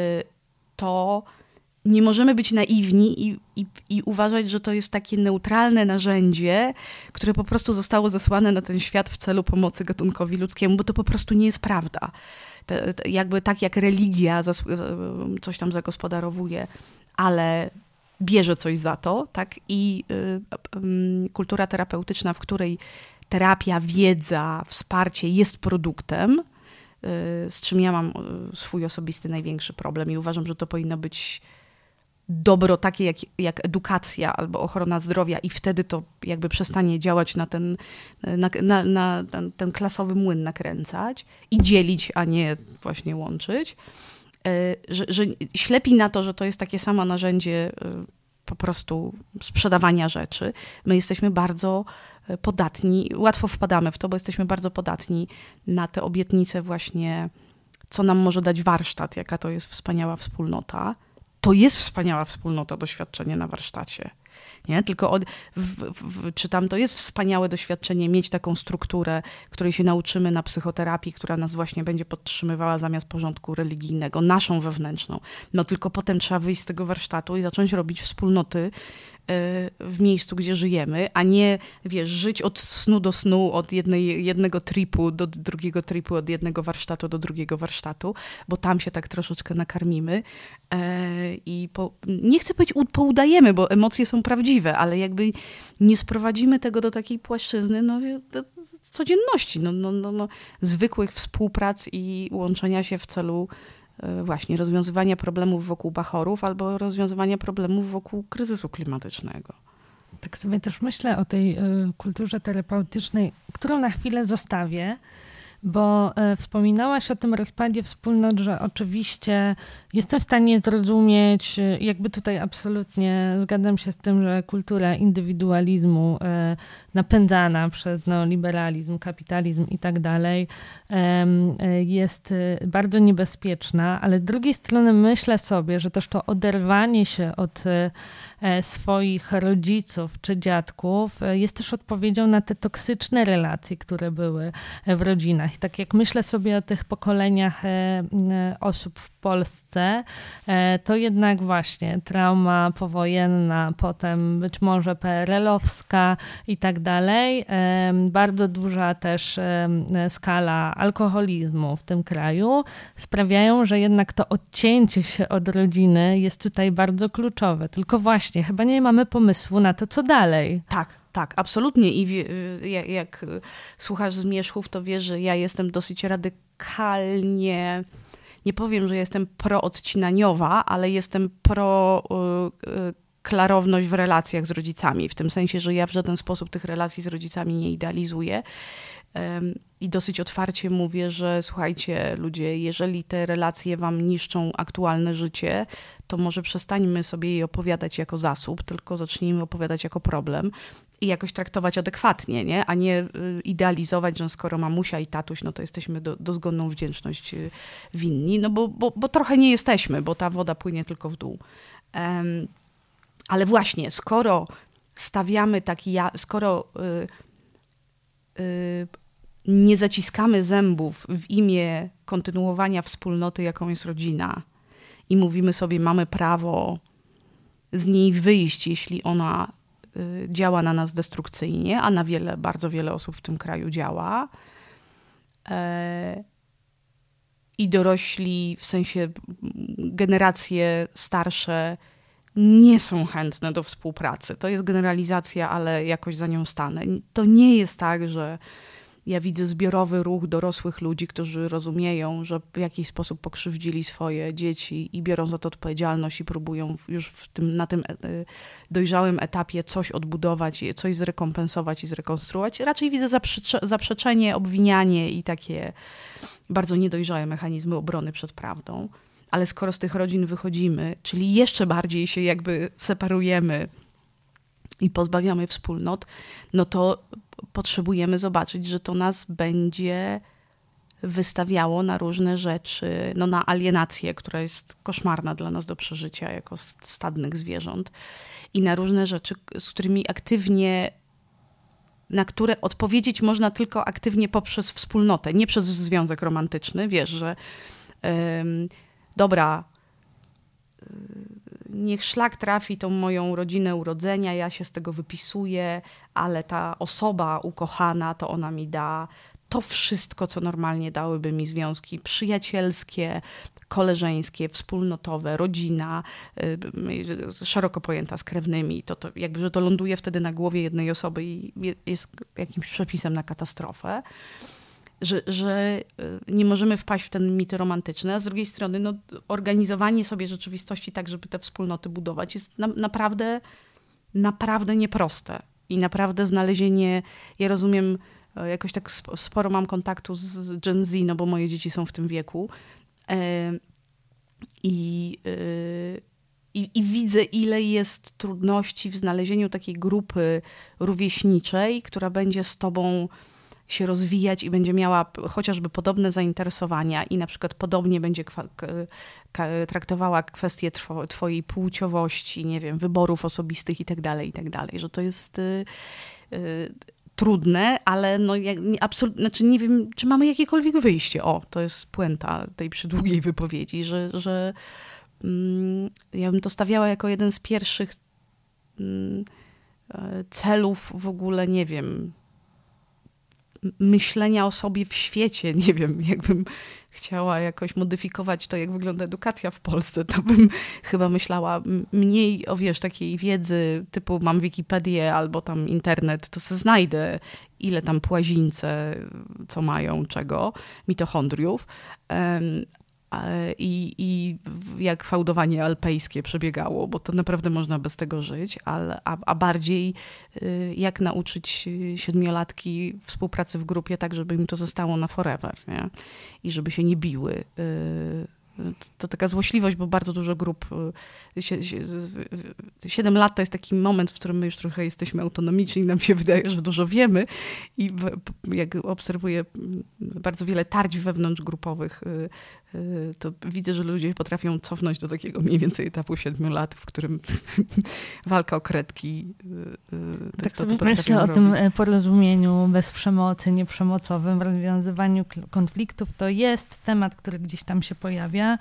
to nie możemy być naiwni i uważać, że to jest takie neutralne narzędzie, które po prostu zostało zesłane na ten świat w celu pomocy gatunkowi ludzkiemu, bo to po prostu nie jest prawda. Jakby tak jak religia coś tam zagospodarowuje, ale bierze coś za to, tak? I kultura terapeutyczna, w której terapia, wiedza, wsparcie jest produktem, z czym ja mam swój osobisty największy problem i uważam, że to powinno być dobro takie jak edukacja albo ochrona zdrowia i wtedy to jakby przestanie działać na ten klasowy młyn nakręcać i dzielić, a nie właśnie łączyć. Że ślepi na to, że to jest takie samo narzędzie po prostu sprzedawania rzeczy. My jesteśmy bardzo podatni, łatwo wpadamy w to, bo jesteśmy bardzo podatni na te obietnice właśnie, co nam może dać warsztat, jaka to jest wspaniała wspólnota. To jest wspaniała wspólnota, doświadczenie na warsztacie. Nie? Tylko czytam, to jest wspaniałe doświadczenie mieć taką strukturę, której się nauczymy na psychoterapii, która nas właśnie będzie podtrzymywała zamiast porządku religijnego, naszą wewnętrzną. No tylko potem trzeba wyjść z tego warsztatu i zacząć robić wspólnoty w miejscu, gdzie żyjemy, a nie, wiesz, żyć od snu do snu, od jednego tripu do drugiego tripu, od jednego warsztatu do drugiego warsztatu, bo tam się tak troszeczkę nakarmimy i nie chcę powiedzieć poudajemy, bo emocje są prawdziwe, ale jakby nie sprowadzimy tego do takiej płaszczyzny codzienności, zwykłych współprac i łączenia się w celu właśnie rozwiązywania problemów wokół bachorów albo rozwiązywania problemów wokół kryzysu klimatycznego.
Tak sobie też myślę o tej kulturze terapeutycznej, którą na chwilę zostawię, Bo wspominałaś o tym rozpadzie wspólnot, że oczywiście jestem w stanie zrozumieć, jakby tutaj absolutnie zgadzam się z tym, że kultura indywidualizmu napędzana przez neoliberalizm, kapitalizm i tak dalej jest bardzo niebezpieczna, ale z drugiej strony myślę sobie, że też to oderwanie się od swoich rodziców czy dziadków jest też odpowiedzią na te toksyczne relacje, które były w rodzinach. I tak jak myślę sobie o tych pokoleniach osób w Polsce, to jednak właśnie trauma powojenna, potem być może PRL-owska i tak dalej, bardzo duża też skala alkoholizmu w tym kraju sprawiają, że jednak to odcięcie się od rodziny jest tutaj bardzo kluczowe. Tylko właśnie, chyba nie mamy pomysłu na to, co dalej.
Tak, absolutnie. I jak słuchasz Zmierzchów, to wiesz, że ja jestem dosyć radykalnie, nie powiem, że jestem proodcinaniowa, ale jestem klarowność w relacjach z rodzicami. W tym sensie, że ja w żaden sposób tych relacji z rodzicami nie idealizuję. I dosyć otwarcie mówię, że słuchajcie ludzie, jeżeli te relacje wam niszczą aktualne życie, to może przestańmy sobie je opowiadać jako zasób, tylko zacznijmy opowiadać jako problem i jakoś traktować adekwatnie, nie? A nie idealizować, że skoro mamusia i tatuś, no to jesteśmy dozgonną wdzięczność winni, no bo trochę nie jesteśmy, bo ta woda płynie tylko w dół. Ale właśnie, skoro stawiamy skoro nie zaciskamy zębów w imię kontynuowania wspólnoty, jaką jest rodzina i mówimy sobie, mamy prawo z niej wyjść, jeśli ona działa na nas destrukcyjnie, a na bardzo wiele osób w tym kraju działa. I dorośli, w sensie generacje starsze, nie są chętne do współpracy. To jest generalizacja, ale jakoś za nią stanę. To nie jest tak, że ja widzę zbiorowy ruch dorosłych ludzi, którzy rozumieją, że w jakiś sposób pokrzywdzili swoje dzieci i biorą za to odpowiedzialność i próbują już na tym dojrzałym etapie coś odbudować, coś zrekompensować i zrekonstruować. Raczej widzę zaprzeczenie, obwinianie i takie bardzo niedojrzałe mechanizmy obrony przed prawdą. Ale skoro z tych rodzin wychodzimy, czyli jeszcze bardziej się jakby separujemy i pozbawiamy wspólnot, no to potrzebujemy zobaczyć, że to nas będzie wystawiało na różne rzeczy, no na alienację, która jest koszmarna dla nas do przeżycia jako stadnych zwierząt i na różne rzeczy, z którymi aktywnie, na które odpowiedzieć można tylko aktywnie poprzez wspólnotę, nie przez związek romantyczny. Wiesz, że dobra, niech szlak trafi tą moją rodzinę urodzenia, ja się z tego wypisuję, ale ta osoba ukochana, to ona mi da to wszystko, co normalnie dałyby mi związki przyjacielskie, koleżeńskie, wspólnotowe, rodzina, szeroko pojęta z krewnymi. To jakby, że to ląduje wtedy na głowie jednej osoby i jest jakimś przepisem na katastrofę. Że nie możemy wpaść w ten mity romantyczny, a z drugiej strony no, organizowanie sobie rzeczywistości tak, żeby te wspólnoty budować jest naprawdę nieproste. I naprawdę znalezienie, ja rozumiem, jakoś tak sporo mam kontaktu z Gen Z, no bo moje dzieci są w tym wieku i widzę, ile jest trudności w znalezieniu takiej grupy rówieśniczej, która będzie z tobą się rozwijać i będzie miała chociażby podobne zainteresowania i na przykład podobnie będzie traktowała kwestie twojej płciowości, nie wiem, wyborów osobistych i tak dalej, że to jest trudne, ale no absolutnie, znaczy nie wiem, czy mamy jakiekolwiek wyjście. To jest puenta tej przydługiej wypowiedzi, że ja bym to stawiała jako jeden z pierwszych celów w ogóle, nie wiem, myślenia o sobie w świecie. Nie wiem, jakbym chciała jakoś modyfikować to, jak wygląda edukacja w Polsce, to bym chyba myślała mniej o, takiej wiedzy typu mam Wikipedię albo tam internet, to se znajdę, ile tam płazińce, co mają, czego, mitochondriów. i jak fałdowanie alpejskie przebiegało, bo to naprawdę można bez tego żyć, a bardziej jak nauczyć 7-latki współpracy w grupie tak, żeby im to zostało na forever, nie? I żeby się nie biły. To taka złośliwość, bo bardzo dużo grup, 7 lat to jest taki moment, w którym my już trochę jesteśmy autonomiczni i nam się wydaje, że dużo wiemy i jak obserwuję bardzo wiele tarć wewnątrzgrupowych, to widzę, że ludzie potrafią cofnąć do takiego mniej więcej etapu 7 lat, w którym walka o kredki. To
tak sobie myślę o tym porozumieniu bez przemocy, nieprzemocowym, rozwiązywaniu konfliktów. To jest temat, który gdzieś tam się pojawia.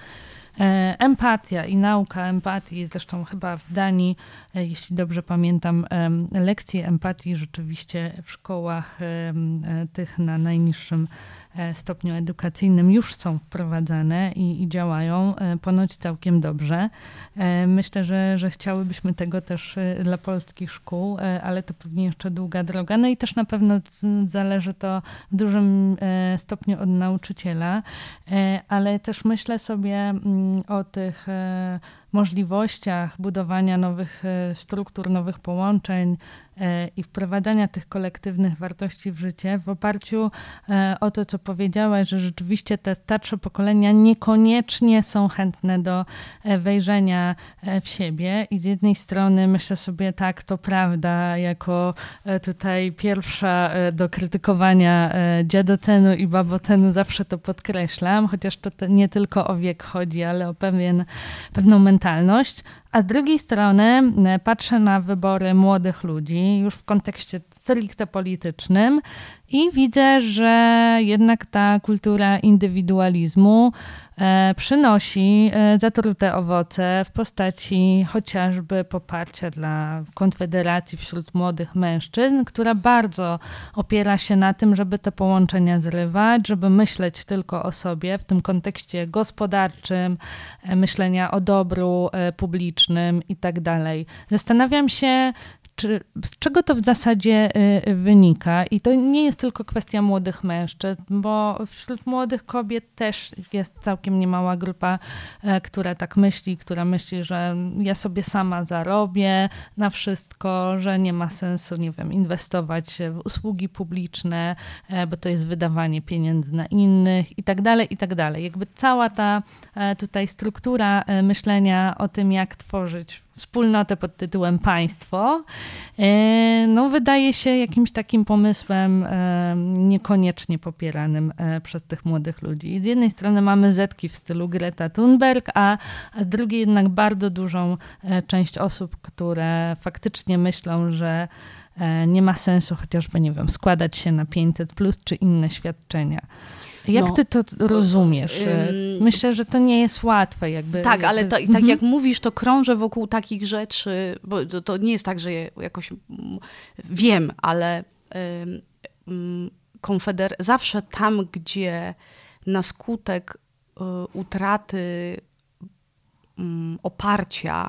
Empatia i nauka empatii, zresztą chyba w Danii, jeśli dobrze pamiętam, lekcje empatii rzeczywiście w szkołach tych na najniższym stopniu edukacyjnym już są wprowadzane i działają ponoć całkiem dobrze. Myślę, że chciałybyśmy tego też dla polskich szkół, ale to pewnie jeszcze długa droga. No i też na pewno zależy to w dużym stopniu od nauczyciela, ale też myślę sobie o tych możliwościach budowania nowych struktur, nowych połączeń i wprowadzania tych kolektywnych wartości w życie w oparciu o to, co powiedziałaś, że rzeczywiście te starsze pokolenia niekoniecznie są chętne do wejrzenia w siebie i z jednej strony myślę sobie, tak, to prawda, jako tutaj pierwsza do krytykowania dziadocenu i babocenu zawsze to podkreślam, chociaż to nie tylko o wiek chodzi, ale o pewną mentalność. A z drugiej strony patrzę na wybory młodych ludzi już w kontekście stricte politycznym i widzę, że jednak ta kultura indywidualizmu przynosi zatrute owoce w postaci chociażby poparcia dla Konfederacji wśród młodych mężczyzn, która bardzo opiera się na tym, żeby te połączenia zrywać, żeby myśleć tylko o sobie w tym kontekście gospodarczym, myślenia o dobru publicznym i tak dalej. Zastanawiam się, z czego to w zasadzie wynika? I to nie jest tylko kwestia młodych mężczyzn, bo wśród młodych kobiet też jest całkiem niemała grupa, która tak myśli, która myśli, że ja sobie sama zarobię na wszystko, że nie ma sensu, nie wiem, inwestować w usługi publiczne, bo to jest wydawanie pieniędzy na innych i tak dalej, i tak dalej. Jakby cała ta tutaj struktura myślenia o tym, jak tworzyć wspólnotę pod tytułem państwo, no wydaje się jakimś takim pomysłem niekoniecznie popieranym przez tych młodych ludzi. I z jednej strony mamy zetki w stylu Greta Thunberg, a z drugiej jednak bardzo dużą część osób, które faktycznie myślą, że nie ma sensu chociażby, nie wiem, składać się na 500+ czy inne świadczenia. Jak ty to rozumiesz? Myślę, że to nie jest łatwe.
Tak, ale tak jak mówisz, to krążę wokół takich rzeczy, bo to nie jest tak, że je jakoś wiem, ale zawsze tam, gdzie na skutek utraty oparcia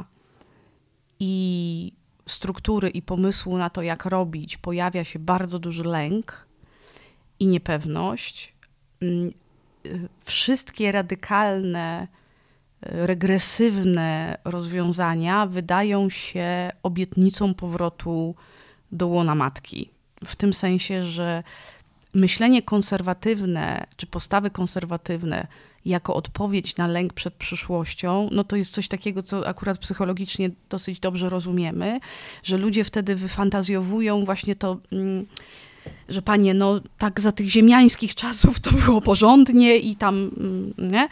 i struktury i pomysłu na to, jak robić, pojawia się bardzo duży lęk i niepewność, wszystkie radykalne, regresywne rozwiązania wydają się obietnicą powrotu do łona matki. W tym sensie, że myślenie konserwatywne, czy postawy konserwatywne jako odpowiedź na lęk przed przyszłością, no to jest coś takiego, co akurat psychologicznie dosyć dobrze rozumiemy, że ludzie wtedy wyfantazjowują właśnie to, że panie, no tak za tych ziemiańskich czasów to było porządnie i tam, nie?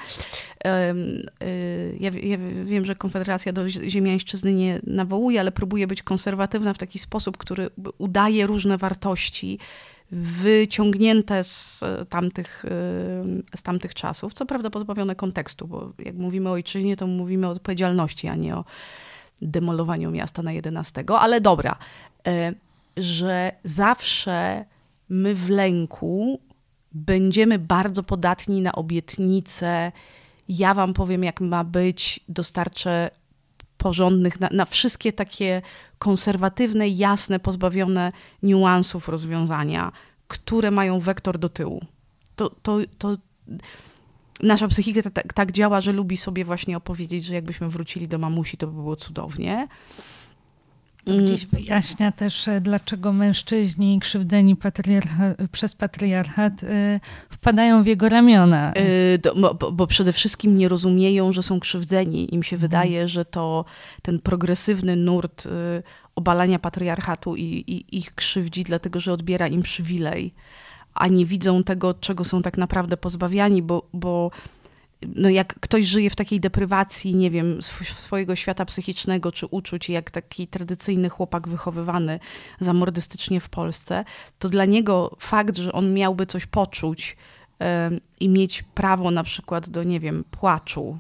Ja wiem, że Konfederacja do ziemiańszczyzny nie nawołuje, ale próbuje być konserwatywna w taki sposób, który udaje różne wartości wyciągnięte z tamtych czasów, co prawda pozbawione kontekstu, bo jak mówimy o ojczyźnie, to mówimy o odpowiedzialności, a nie o demolowaniu miasta na 11. Ale dobra, że zawsze my w lęku będziemy bardzo podatni na obietnice, ja wam powiem, jak ma być, dostarczę porządnych, na wszystkie takie konserwatywne, jasne, pozbawione niuansów rozwiązania, które mają wektor do tyłu. nasza psychika tak działa, że lubi sobie właśnie opowiedzieć, że jakbyśmy wrócili do mamusi, to by było cudownie.
To gdzieś wyjaśnia też, dlaczego mężczyźni krzywdzeni przez patriarchat wpadają w jego ramiona.
Bo przede wszystkim nie rozumieją, że są krzywdzeni. Im się wydaje, że to ten progresywny nurt obalania patriarchatu i ich krzywdzi, dlatego że odbiera im przywilej, a nie widzą tego, czego są tak naprawdę pozbawiani, bo no jak ktoś żyje w takiej deprywacji, nie wiem, swojego świata psychicznego czy uczuć, jak taki tradycyjny chłopak wychowywany zamordystycznie w Polsce, to dla niego fakt, że on miałby coś poczuć i mieć prawo na przykład do, nie wiem, płaczu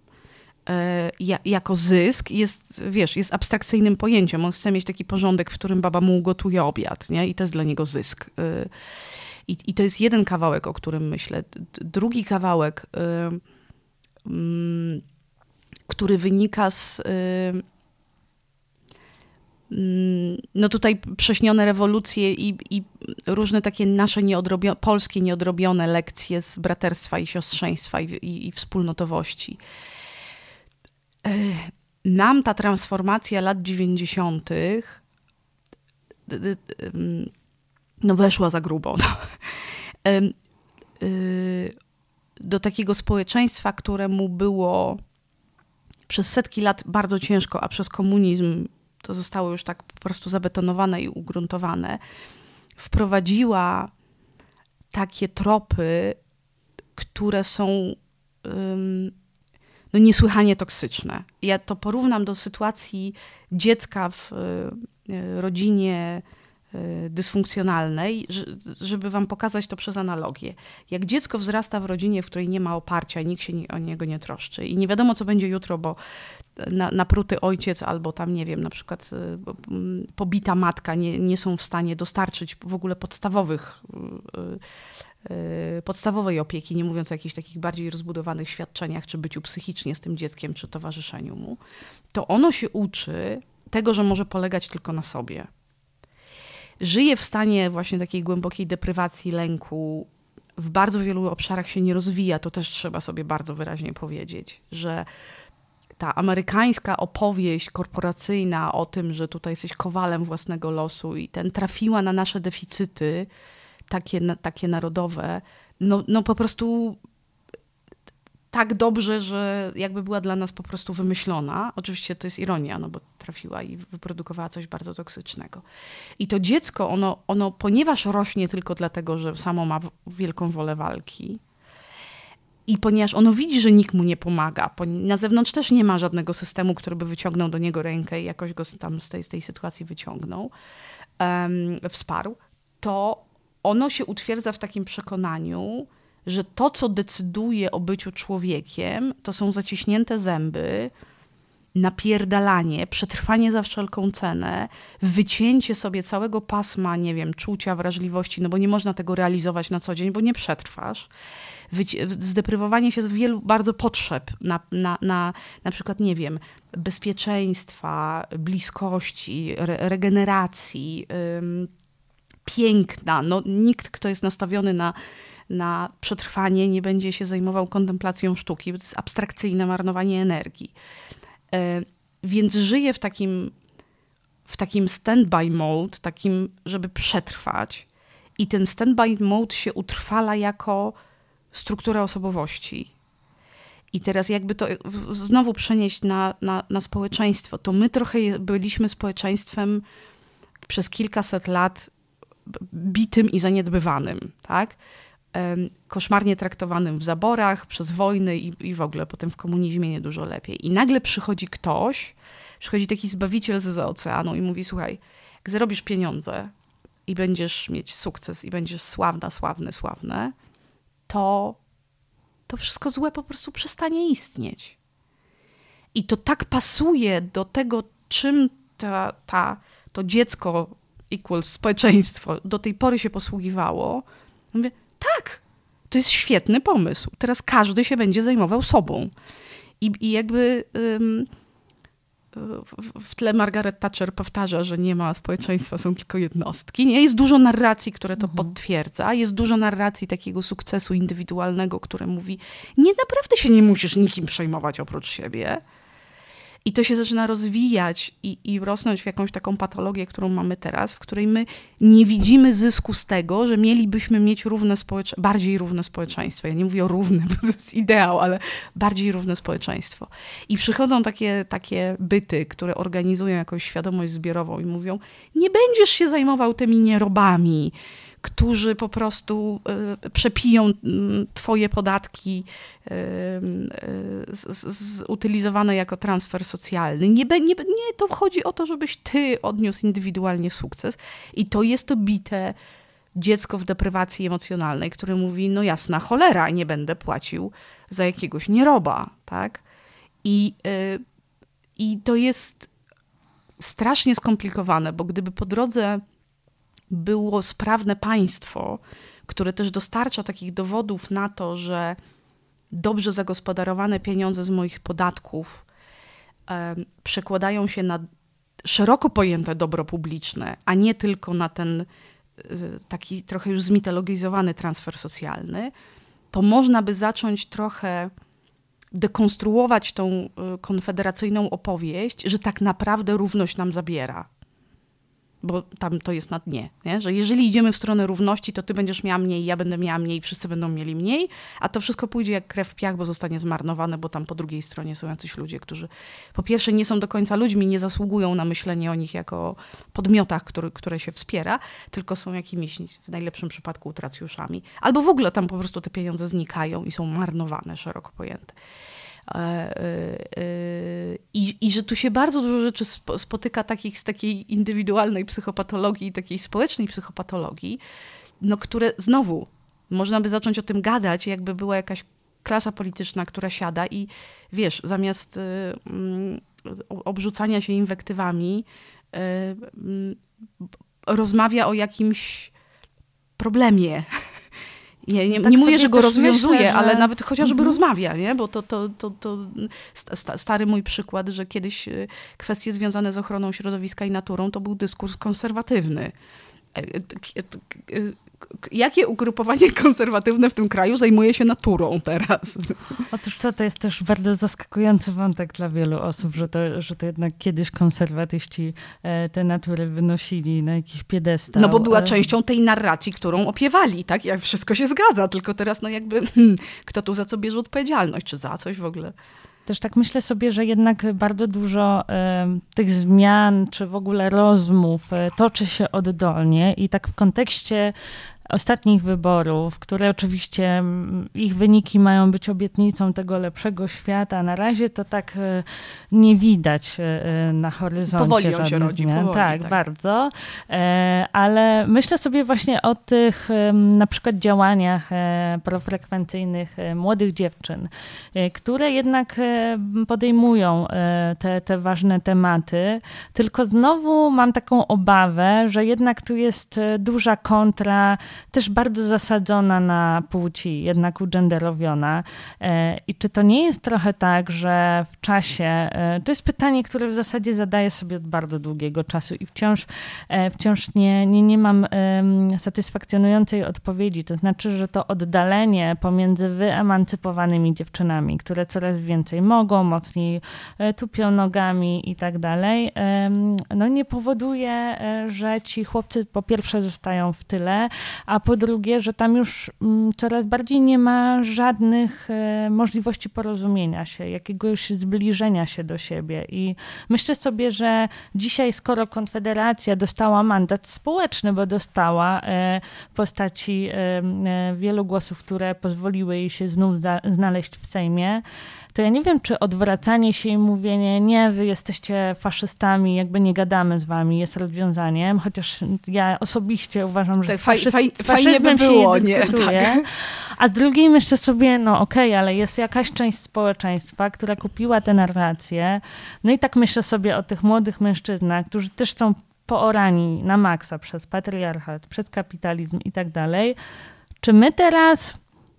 jako zysk jest, wiesz, jest abstrakcyjnym pojęciem. On chce mieć taki porządek, w którym baba mu ugotuje obiad, nie? I to jest dla niego zysk. I to jest jeden kawałek, o którym myślę. Drugi kawałek, który wynika z no tutaj prześnione rewolucje i różne takie nasze polskie nieodrobione lekcje z braterstwa i siostrzeństwa i wspólnotowości. Nam ta transformacja lat 90. no weszła za grubo. No. Do takiego społeczeństwa, któremu było przez setki lat bardzo ciężko, a przez komunizm to zostało już tak po prostu zabetonowane i ugruntowane, wprowadziła takie tropy, które są no niesłychanie toksyczne. Ja to porównam do sytuacji dziecka w rodzinie dysfunkcjonalnej, żeby wam pokazać to przez analogię. Jak dziecko wzrasta w rodzinie, w której nie ma oparcia, nikt się o niego nie troszczy i nie wiadomo, co będzie jutro, bo napruty ojciec albo tam, nie wiem, na przykład pobita matka nie są w stanie dostarczyć w ogóle podstawowej opieki, nie mówiąc o jakichś takich bardziej rozbudowanych świadczeniach, czy byciu psychicznie z tym dzieckiem, czy towarzyszeniu mu, to ono się uczy tego, że może polegać tylko na sobie. Żyje w stanie właśnie takiej głębokiej deprywacji, lęku, w bardzo wielu obszarach się nie rozwija, to też trzeba sobie bardzo wyraźnie powiedzieć, że ta amerykańska opowieść korporacyjna o tym, że tutaj jesteś kowalem własnego losu i trafiła na nasze deficyty, takie narodowe, no po prostu tak dobrze, że jakby była dla nas po prostu wymyślona. Oczywiście to jest ironia, no bo trafiła i wyprodukowała coś bardzo toksycznego. I to dziecko, ono ponieważ rośnie tylko dlatego, że samo ma wielką wolę walki i ponieważ ono widzi, że nikt mu nie pomaga, na zewnątrz też nie ma żadnego systemu, który by wyciągnął do niego rękę i jakoś go tam z tej sytuacji wyciągnął, wsparł, to ono się utwierdza w takim przekonaniu, że to, co decyduje o byciu człowiekiem, to są zaciśnięte zęby, napierdalanie, przetrwanie za wszelką cenę, wycięcie sobie całego pasma, nie wiem, czucia, wrażliwości, no bo nie można tego realizować na co dzień, bo nie przetrwasz. Zdeprywowanie się z wielu bardzo potrzeb, na przykład, nie wiem, bezpieczeństwa, bliskości, regeneracji, piękna. No, nikt, kto jest nastawiony na przetrwanie, nie będzie się zajmował kontemplacją sztuki. To jest abstrakcyjne marnowanie energii. Więc żyję w takim stand-by mode, takim, żeby przetrwać. I ten stand-by mode się utrwala jako struktura osobowości. I teraz jakby to znowu przenieść na społeczeństwo, to my trochę byliśmy społeczeństwem przez kilkaset lat bitym i zaniedbywanym, tak? Koszmarnie traktowanym w zaborach, przez wojny i w ogóle potem w komunizmie nie dużo lepiej. I nagle przychodzi taki zbawiciel z oceanu i mówi, słuchaj, jak zarobisz pieniądze i będziesz mieć sukces i będziesz sławne, to wszystko złe po prostu przestanie istnieć. I to tak pasuje do tego, czym to dziecko equals społeczeństwo do tej pory się posługiwało. Mówię, tak, to jest świetny pomysł. Teraz każdy się będzie zajmował sobą. I jakby w tle Margaret Thatcher powtarza, że nie ma społeczeństwa, są tylko jednostki. Nie? Jest dużo narracji, które to potwierdza. Jest dużo narracji takiego sukcesu indywidualnego, które mówi, naprawdę się nie musisz nikim przejmować oprócz siebie. I to się zaczyna rozwijać i rosnąć w jakąś taką patologię, którą mamy teraz, w której my nie widzimy zysku z tego, że mielibyśmy mieć bardziej równe społeczeństwo. Ja nie mówię o równym, bo to jest ideał, ale bardziej równe społeczeństwo. I przychodzą takie byty, które organizują jakąś świadomość zbiorową i mówią, nie będziesz się zajmował tymi nierobami, którzy po prostu przepiją twoje podatki utylizowane jako transfer socjalny. Nie, to chodzi o to, żebyś ty odniósł indywidualnie sukces. I to jest to bite dziecko w deprywacji emocjonalnej, które mówi, no jasna cholera, nie będę płacił za jakiegoś nieroba. Tak? I to jest strasznie skomplikowane, bo gdyby po drodze było sprawne państwo, które też dostarcza takich dowodów na to, że dobrze zagospodarowane pieniądze z moich podatków przekładają się na szeroko pojęte dobro publiczne, a nie tylko na ten taki trochę już zmitologizowany transfer socjalny, to można by zacząć trochę dekonstruować tą konfederacyjną opowieść, że tak naprawdę równość nam zabiera. Bo tam to jest na dnie, nie? Że jeżeli idziemy w stronę równości, to ty będziesz miała mniej, ja będę miała mniej, wszyscy będą mieli mniej, a to wszystko pójdzie jak krew w piach, bo zostanie zmarnowane, bo tam po drugiej stronie są jacyś ludzie, którzy po pierwsze nie są do końca ludźmi, nie zasługują na myślenie o nich jako podmiotach, które się wspiera, tylko są jakimiś w najlepszym przypadku utracjuszami. Albo w ogóle tam po prostu te pieniądze znikają i są marnowane, szeroko pojęte. I że tu się bardzo dużo rzeczy spotyka z takiej indywidualnej psychopatologii i takiej społecznej psychopatologii, no, które znowu można by zacząć o tym gadać, jakby była jakaś klasa polityczna, która siada i wiesz, zamiast obrzucania się inwektywami, rozmawia o jakimś problemie. Nie mówię, że go rozwiązuje, myślę, ale nawet chociażby rozmawia, nie? Bo to stary mój przykład, że kiedyś kwestie związane z ochroną środowiska i naturą to był dyskurs konserwatywny. Jakie ugrupowanie konserwatywne w tym kraju zajmuje się naturą teraz?
Otóż to jest też bardzo zaskakujący wątek dla wielu osób, że to jednak kiedyś konserwatyści te natury wynosili na jakiś piedestał.
No bo była częścią tej narracji, którą opiewali, tak? Jak wszystko się zgadza, tylko teraz no jakby kto tu za co bierze odpowiedzialność, czy za coś w ogóle?
Też tak myślę sobie, że jednak bardzo dużo tych zmian, czy w ogóle rozmów toczy się oddolnie i tak w kontekście ostatnich wyborów, które oczywiście ich wyniki mają być obietnicą tego lepszego świata. Na razie to tak nie widać na horyzoncie.
Powoli on się rodzi. Powoli,
tak, bardzo. Ale myślę sobie właśnie o tych na przykład działaniach profrekwencyjnych młodych dziewczyn, które jednak podejmują te ważne tematy. Tylko znowu mam taką obawę, że jednak tu jest duża kontra też bardzo zasadzona na płci, jednak ugenderowiona. I czy to nie jest trochę tak, że w czasie, to jest pytanie, które w zasadzie zadaję sobie od bardzo długiego czasu i wciąż nie mam satysfakcjonującej odpowiedzi. To znaczy, że to oddalenie pomiędzy wyemancypowanymi dziewczynami, które coraz więcej mogą, mocniej tupią nogami i tak dalej, no nie powoduje, że ci chłopcy po pierwsze zostają w tyle, a po drugie, że tam już coraz bardziej nie ma żadnych możliwości porozumienia się, jakiegoś zbliżenia się do siebie. I myślę sobie, że dzisiaj, skoro Konfederacja dostała mandat społeczny, bo dostała w postaci wielu głosów, które pozwoliły jej się znów znaleźć w Sejmie, to ja nie wiem, czy odwracanie się i mówienie, nie, wy jesteście faszystami, jakby nie gadamy z wami, jest rozwiązaniem, chociaż ja osobiście uważam, że
fajnie by było, nie? Tak.
A z drugiej myślę sobie, no okej, ale jest jakaś część społeczeństwa, która kupiła tę narrację, no i tak myślę sobie o tych młodych mężczyznach, którzy też są poorani na maksa przez patriarchat, przez kapitalizm i tak dalej. Czy my teraz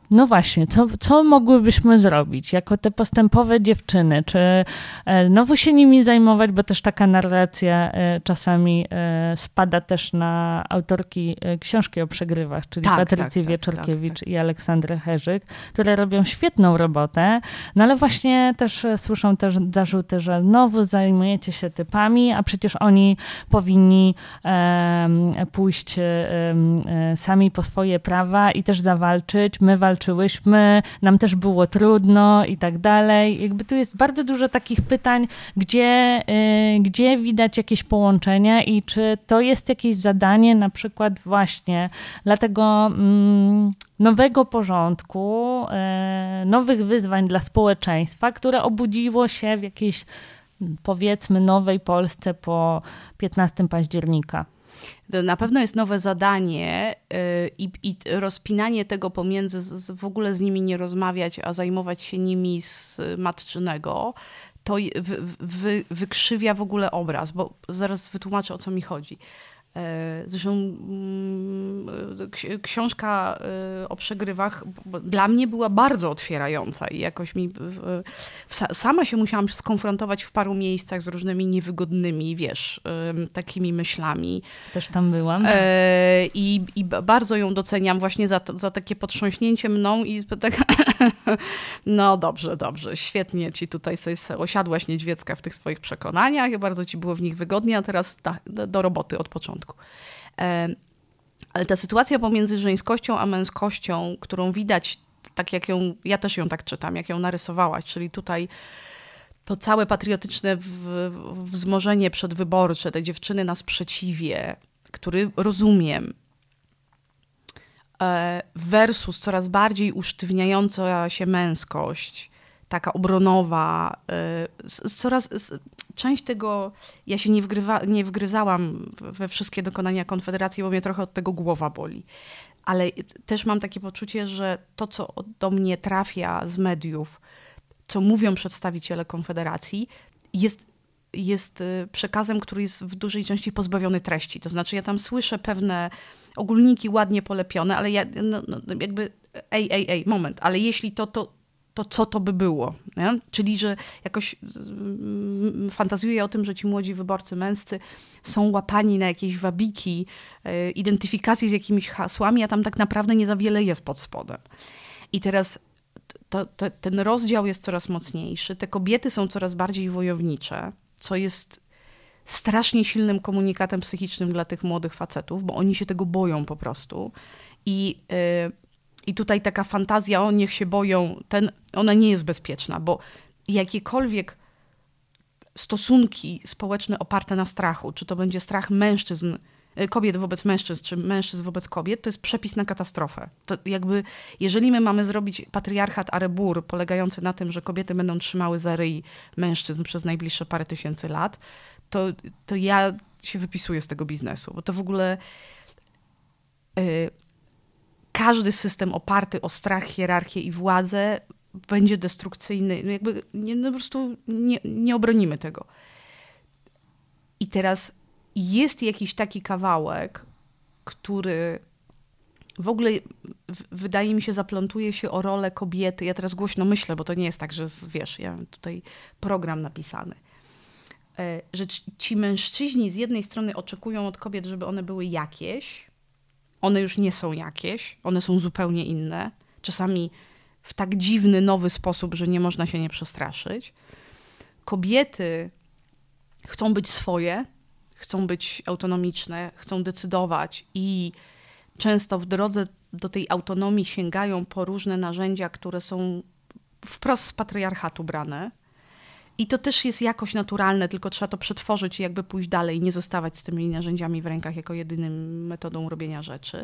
no właśnie, co mogłybyśmy zrobić jako te postępowe dziewczyny? Czy znowu się nimi zajmować, bo też taka narracja czasami spada też na autorki książki o przegrywach, czyli Patrycję Wieczorkiewicz i Aleksandrę Herzyk, które robią świetną robotę, no ale właśnie też słyszą też zarzuty, że znowu zajmujecie się typami, a przecież oni powinni pójść sami po swoje prawa i też zawalczyć. My walczyłyśmy, nam też było trudno i tak dalej. Jakby tu jest bardzo dużo takich pytań, gdzie widać jakieś połączenia i czy to jest jakieś zadanie na przykład właśnie dla tego nowego porządku, nowych wyzwań dla społeczeństwa, które obudziło się w jakiejś, powiedzmy, nowej Polsce po 15 października.
To na pewno jest nowe zadanie i rozpinanie tego pomiędzy w ogóle z nimi nie rozmawiać, a zajmować się nimi z matczynego, to wykrzywia w ogóle obraz, bo zaraz wytłumaczę, o co mi chodzi. Zresztą książka o przegrywach dla mnie była bardzo otwierająca i jakoś sama się musiałam skonfrontować w paru miejscach z różnymi niewygodnymi, takimi myślami.
Też tam byłam.
I bardzo ją doceniam właśnie za takie potrząśnięcie mną i tak no dobrze, świetnie ci tutaj sobie osiadłaś niedźwiecka w tych swoich przekonaniach i bardzo ci było w nich wygodnie, a teraz do roboty od początku. Ale ta sytuacja pomiędzy żeńskością a męskością, którą widać, tak jak ja też ją tak czytam, jak ją narysowałaś, czyli tutaj to całe patriotyczne wzmożenie przedwyborcze, te dziewczyny na sprzeciwie, który rozumiem, versus coraz bardziej usztywniająca się męskość, taka obronowa, część tego, ja się nie wgryzałam we wszystkie dokonania Konfederacji, bo mnie trochę od tego głowa boli. Ale też mam takie poczucie, że to, co do mnie trafia z mediów, co mówią przedstawiciele Konfederacji, jest przekazem, który jest w dużej części pozbawiony treści. To znaczy ja tam słyszę pewne ogólniki ładnie polepione, ale ja jakby moment, ale jeśli to co to by było? Nie? Czyli, że jakoś fantazjuję o tym, że ci młodzi wyborcy męscy są łapani na jakieś wabiki, identyfikacji z jakimiś hasłami, a tam tak naprawdę nie za wiele jest pod spodem. I teraz ten rozdział jest coraz mocniejszy, te kobiety są coraz bardziej wojownicze, co jest strasznie silnym komunikatem psychicznym dla tych młodych facetów, bo oni się tego boją po prostu. I tutaj taka fantazja, niech się boją, ona nie jest bezpieczna, bo jakiekolwiek stosunki społeczne oparte na strachu, czy to będzie strach mężczyzn, kobiet wobec mężczyzn, czy mężczyzn wobec kobiet, to jest przepis na katastrofę. To jakby, jeżeli my mamy zrobić patriarchat Arebur, polegający na tym, że kobiety będą trzymały za ryj mężczyzn przez najbliższe parę tysięcy lat, to ja się wypisuję z tego biznesu, bo to w ogóle każdy system oparty o strach, hierarchię i władzę będzie destrukcyjny. Jakby po prostu nie obronimy tego. I teraz jest jakiś taki kawałek, który w ogóle wydaje mi się zaplątuje się o rolę kobiety. Ja teraz głośno myślę, bo to nie jest tak, że ja mam tutaj program napisany. Że ci mężczyźni z jednej strony oczekują od kobiet, żeby one były jakieś. One już nie są jakieś. One są zupełnie inne. Czasami w tak dziwny, nowy sposób, że nie można się nie przestraszyć. Kobiety chcą być swoje, chcą być autonomiczne, chcą decydować i często w drodze do tej autonomii sięgają po różne narzędzia, które są wprost z patriarchatu brane. I to też jest jakoś naturalne, tylko trzeba to przetworzyć i jakby pójść dalej i nie zostawać z tymi narzędziami w rękach jako jedynym metodą robienia rzeczy.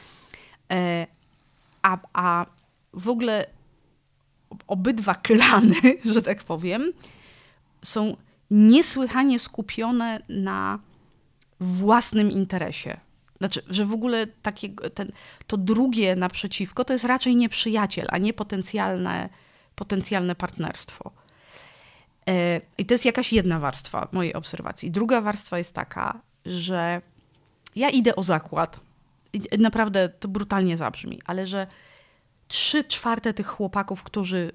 A w ogóle obydwa klany, że tak powiem, są niesłychanie skupione na własnym interesie. Znaczy, że w ogóle to drugie naprzeciwko to jest raczej nieprzyjaciel, a nie potencjalne partnerstwo. I to jest jakaś jedna warstwa mojej obserwacji. Druga warstwa jest taka, że ja idę o zakład, naprawdę to brutalnie zabrzmi, ale że 3/4 tych chłopaków, którzy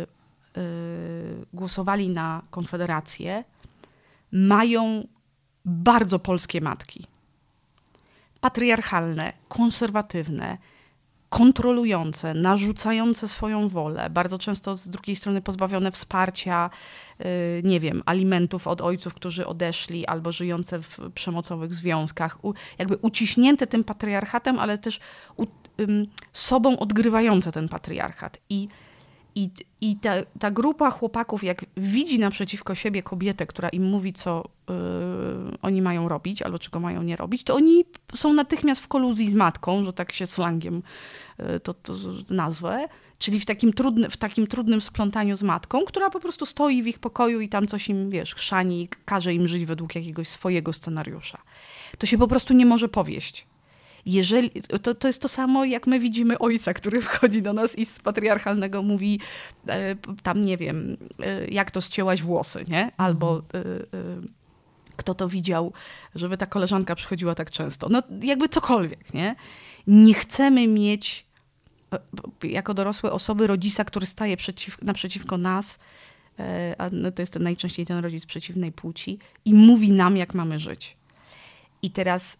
głosowali na Konfederację, mają bardzo polskie matki. Patriarchalne, konserwatywne, kontrolujące, narzucające swoją wolę, bardzo często z drugiej strony pozbawione wsparcia, nie wiem, alimentów od ojców, którzy odeszli, albo żyjące w przemocowych związkach, jakby uciśnięte tym patriarchatem, ale też sobą odgrywające ten patriarchat. I ta grupa chłopaków, jak widzi naprzeciwko siebie kobietę, która im mówi, co oni mają robić, albo czego mają nie robić, to oni są natychmiast w koluzji z matką, że tak się slangiem to nazwę, czyli w takim trudnym splątaniu z matką, która po prostu stoi w ich pokoju i tam coś im, chrzani i każe im żyć według jakiegoś swojego scenariusza. To się po prostu nie może powieść. To jest to samo, jak my widzimy ojca, który wchodzi do nas i z patriarchalnego mówi tam, nie wiem, jak to ścięłaś włosy, nie? Albo kto to widział, żeby ta koleżanka przychodziła tak często. No jakby cokolwiek, nie? Nie chcemy mieć jako dorosłe osoby rodzica, który staje naprzeciwko nas, a to jest najczęściej ten rodzic przeciwnej płci i mówi nam, jak mamy żyć. I teraz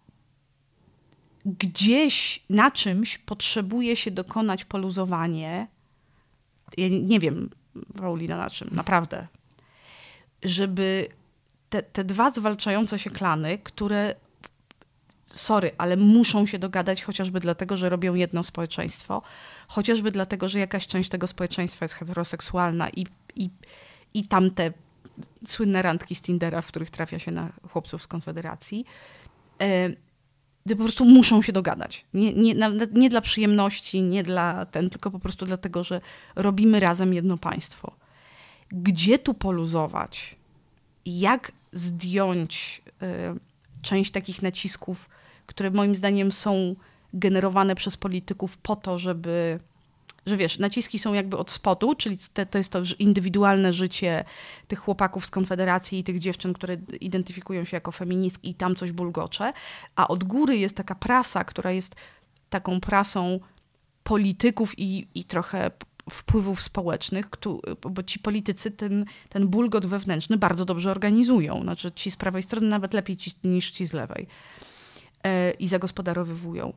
gdzieś na czymś potrzebuje się dokonać poluzowanie. Ja nie wiem, Paulina, na czym, naprawdę. Żeby te dwa zwalczające się klany, które, ale muszą się dogadać chociażby dlatego, że robią jedno społeczeństwo, chociażby dlatego, że jakaś część tego społeczeństwa jest heteroseksualna i tamte słynne randki z Tindera, w których trafia się na chłopców z Konfederacji, po prostu muszą się dogadać. Nie dla przyjemności, nie dla tylko po prostu dlatego, że robimy razem jedno państwo. Gdzie tu poluzować? Jak zdjąć część takich nacisków, które moim zdaniem są generowane przez polityków po to, że naciski są jakby od spodu, czyli to jest to indywidualne życie tych chłopaków z Konfederacji i tych dziewczyn, które identyfikują się jako feministki i tam coś bulgocze, a od góry jest taka prasa, która jest taką prasą polityków i trochę wpływów społecznych, bo ci politycy ten bulgot wewnętrzny bardzo dobrze organizują. Znaczy ci z prawej strony nawet lepiej niż ci z lewej i zagospodarowywują.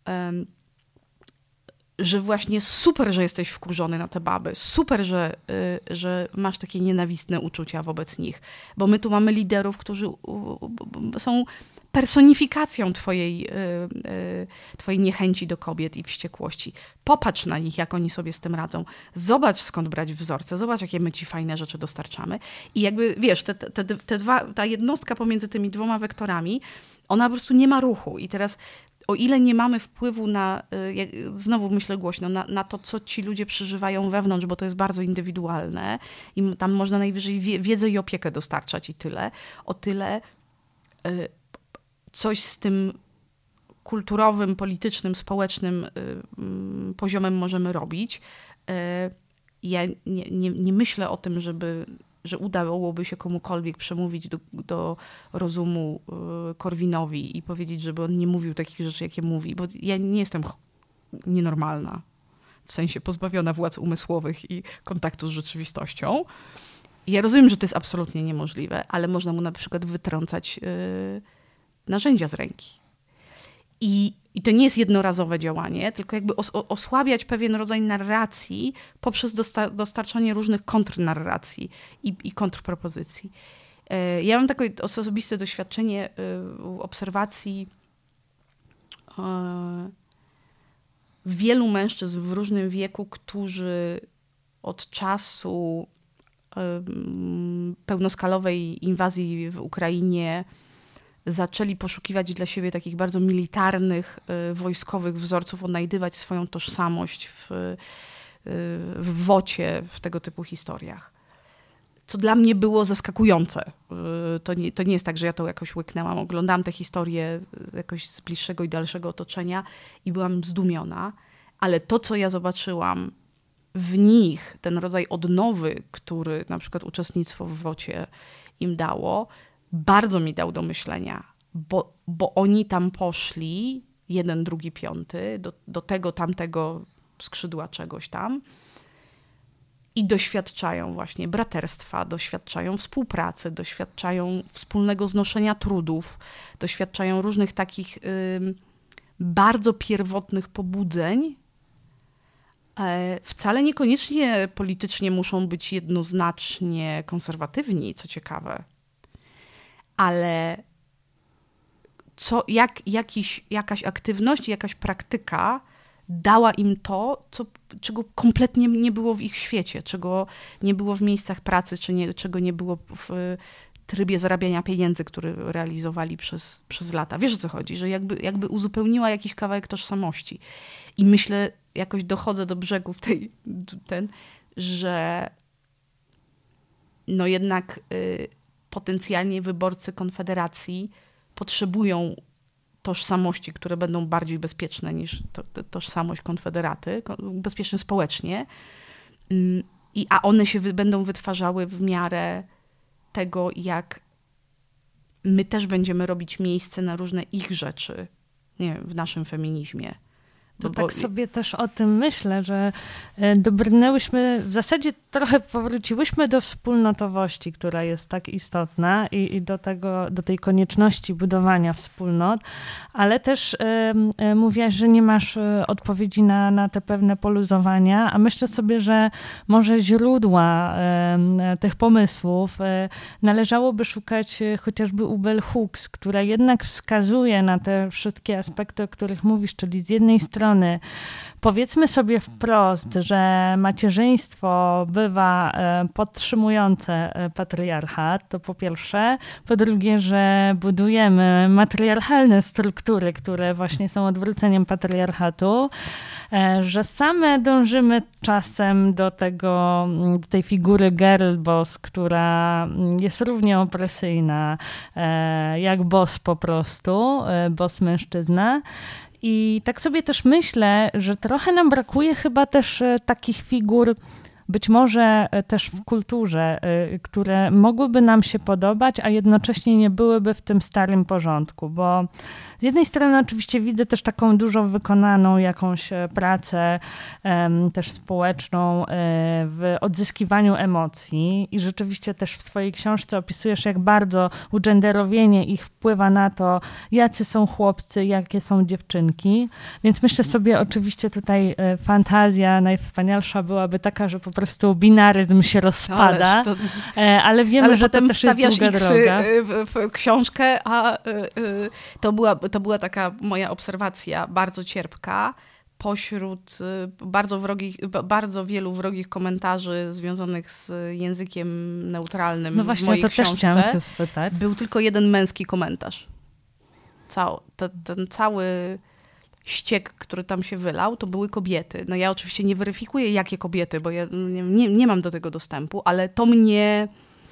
Że właśnie super, że jesteś wkurzony na te baby, super, że masz takie nienawistne uczucia wobec nich, bo my tu mamy liderów, którzy są personifikacją twojej niechęci do kobiet i wściekłości. Popatrz na nich, jak oni sobie z tym radzą. Zobacz, skąd brać wzorce, zobacz, jakie my ci fajne rzeczy dostarczamy. I jakby, ta jednostka pomiędzy tymi dwoma wektorami, ona po prostu nie ma ruchu. I teraz o ile nie mamy wpływu znowu myślę głośno, na to, co ci ludzie przeżywają wewnątrz, bo to jest bardzo indywidualne i tam można najwyżej wiedzę i opiekę dostarczać i tyle. O tyle coś z tym kulturowym, politycznym, społecznym poziomem możemy robić. Ja nie myślę o tym, że udałoby się komukolwiek przemówić do rozumu Korwinowi i powiedzieć, żeby on nie mówił takich rzeczy, jakie mówi, bo ja nie jestem nienormalna, w sensie pozbawiona władz umysłowych i kontaktu z rzeczywistością. Ja rozumiem, że to jest absolutnie niemożliwe, ale można mu na przykład wytrącać narzędzia z ręki. I to nie jest jednorazowe działanie, tylko jakby osłabiać pewien rodzaj narracji poprzez dostarczanie różnych kontrnarracji i kontrpropozycji. Ja mam takie osobiste doświadczenie obserwacji wielu mężczyzn w różnym wieku, którzy od czasu pełnoskalowej inwazji w Ukrainie zaczęli poszukiwać dla siebie takich bardzo militarnych, wojskowych wzorców, odnajdywać swoją tożsamość w wocie, w tego typu historiach. Co dla mnie było zaskakujące. To nie jest tak, że ja to jakoś łyknęłam. Oglądałam te historie jakoś z bliższego i dalszego otoczenia i byłam zdumiona. Ale to, co ja zobaczyłam w nich, ten rodzaj odnowy, który na przykład uczestnictwo w wocie im dało, bardzo mi dał do myślenia, bo oni tam poszli, jeden, drugi, piąty, do tego, tamtego skrzydła czegoś tam i doświadczają właśnie braterstwa, doświadczają współpracy, doświadczają wspólnego znoszenia trudów, doświadczają różnych takich bardzo pierwotnych pobudzeń. Wcale niekoniecznie politycznie muszą być jednoznacznie konserwatywni, co ciekawe, ale jakaś aktywność, jakaś praktyka dała im to, czego kompletnie nie było w ich świecie, czego nie było w miejscach pracy, czego nie było w trybie zarabiania pieniędzy, który realizowali przez lata. Wiesz, o co chodzi? Że jakby uzupełniła jakiś kawałek tożsamości. I myślę, jakoś dochodzę do brzegów że no jednak potencjalnie wyborcy Konfederacji potrzebują tożsamości, które będą bardziej bezpieczne niż tożsamość Konfederaty, bezpieczne społecznie, a one się będą wytwarzały w miarę tego, jak my też będziemy robić miejsce na różne ich rzeczy, nie wiem, w naszym feminizmie.
Tak sobie też o tym myślę, że dobrnęłyśmy, w zasadzie trochę powróciłyśmy do wspólnotowości, która jest tak istotna i do tej konieczności budowania wspólnot, ale też mówiłaś, że nie masz odpowiedzi na te pewne poluzowania, a myślę sobie, że może źródła tych pomysłów należałoby szukać chociażby u Bell Hooks, która jednak wskazuje na te wszystkie aspekty, o których mówisz, czyli z jednej strony powiedzmy sobie wprost, że macierzyństwo bywa podtrzymujące patriarchat, to po pierwsze. Po drugie, że budujemy matriarchalne struktury, które właśnie są odwróceniem patriarchatu, że same dążymy czasem do tej figury girl boss, która jest równie opresyjna jak boss po prostu, boss mężczyzna. I tak sobie też myślę, że trochę nam brakuje chyba też takich figur, być może też w kulturze, które mogłyby nam się podobać, a jednocześnie nie byłyby w tym starym porządku, bo z jednej strony oczywiście widzę też taką dużo wykonaną jakąś pracę też społeczną w odzyskiwaniu emocji i rzeczywiście też w swojej książce opisujesz, jak bardzo ugenderowienie ich wpływa na to, jacy są chłopcy, jakie są dziewczynki, więc myślę sobie oczywiście tutaj fantazja najwspanialsza byłaby taka, że po prostu binaryzm się rozpada, ale wiemy, że to też jest długa droga.
W książkę, a to była taka moja obserwacja bardzo cierpka pośród bardzo wielu wrogich komentarzy związanych z językiem neutralnym
no właśnie,
w mojej
to
książce.
Też chciałam cię spytać.
Był tylko jeden męski komentarz. Ten cały ściek, który tam się wylał, to były kobiety. No ja oczywiście nie weryfikuję, jakie kobiety, bo ja nie mam do tego dostępu, ale to mnie...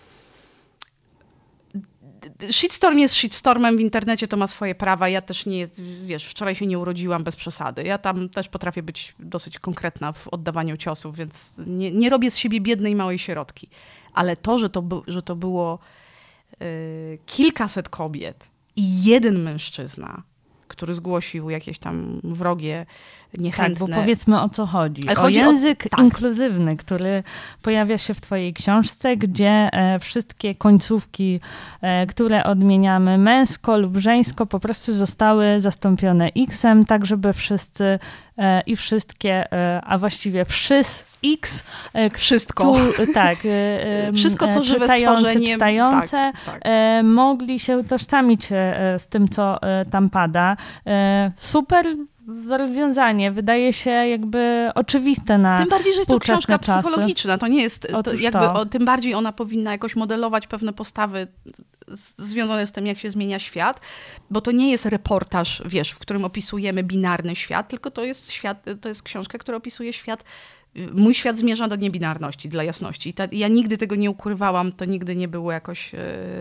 Shitstorm jest shitstormem w internecie, to ma swoje prawa. Ja też nie jest, wiesz, wczoraj się nie urodziłam bez przesady. Ja tam też potrafię być dosyć konkretna w oddawaniu ciosów, więc nie robię z siebie biednej małej sierotki. Ale to, że to było kilkaset kobiet i jeden mężczyzna, który zgłosił jakieś tam wrogie, niechętne...
Tak, bo powiedzmy, o co chodzi. O język inkluzywny, który pojawia się w twojej książce, gdzie wszystkie końcówki, które odmieniamy męsko lub żeńsko, po prostu zostały zastąpione x-em, tak żeby wszyscy i wszystkie, a właściwie x,
wszystko. Wszystko, co żywe stworzenie.
Czytające, mogli się utożsamić z tym, co tam pada. Super rozwiązanie. Wydaje się jakby oczywiste na
tym bardziej, że jest to książka
czasy.
Psychologiczna. To nie jest... tym bardziej ona powinna jakoś modelować pewne postawy związane z tym, jak się zmienia świat, bo to nie jest reportaż, wiesz, w którym opisujemy binarny świat, tylko to jest książka, która opisuje świat. Mój świat zmierza do niebinarności, dla jasności. Ja nigdy tego nie ukrywałam, to nigdy nie było jakoś...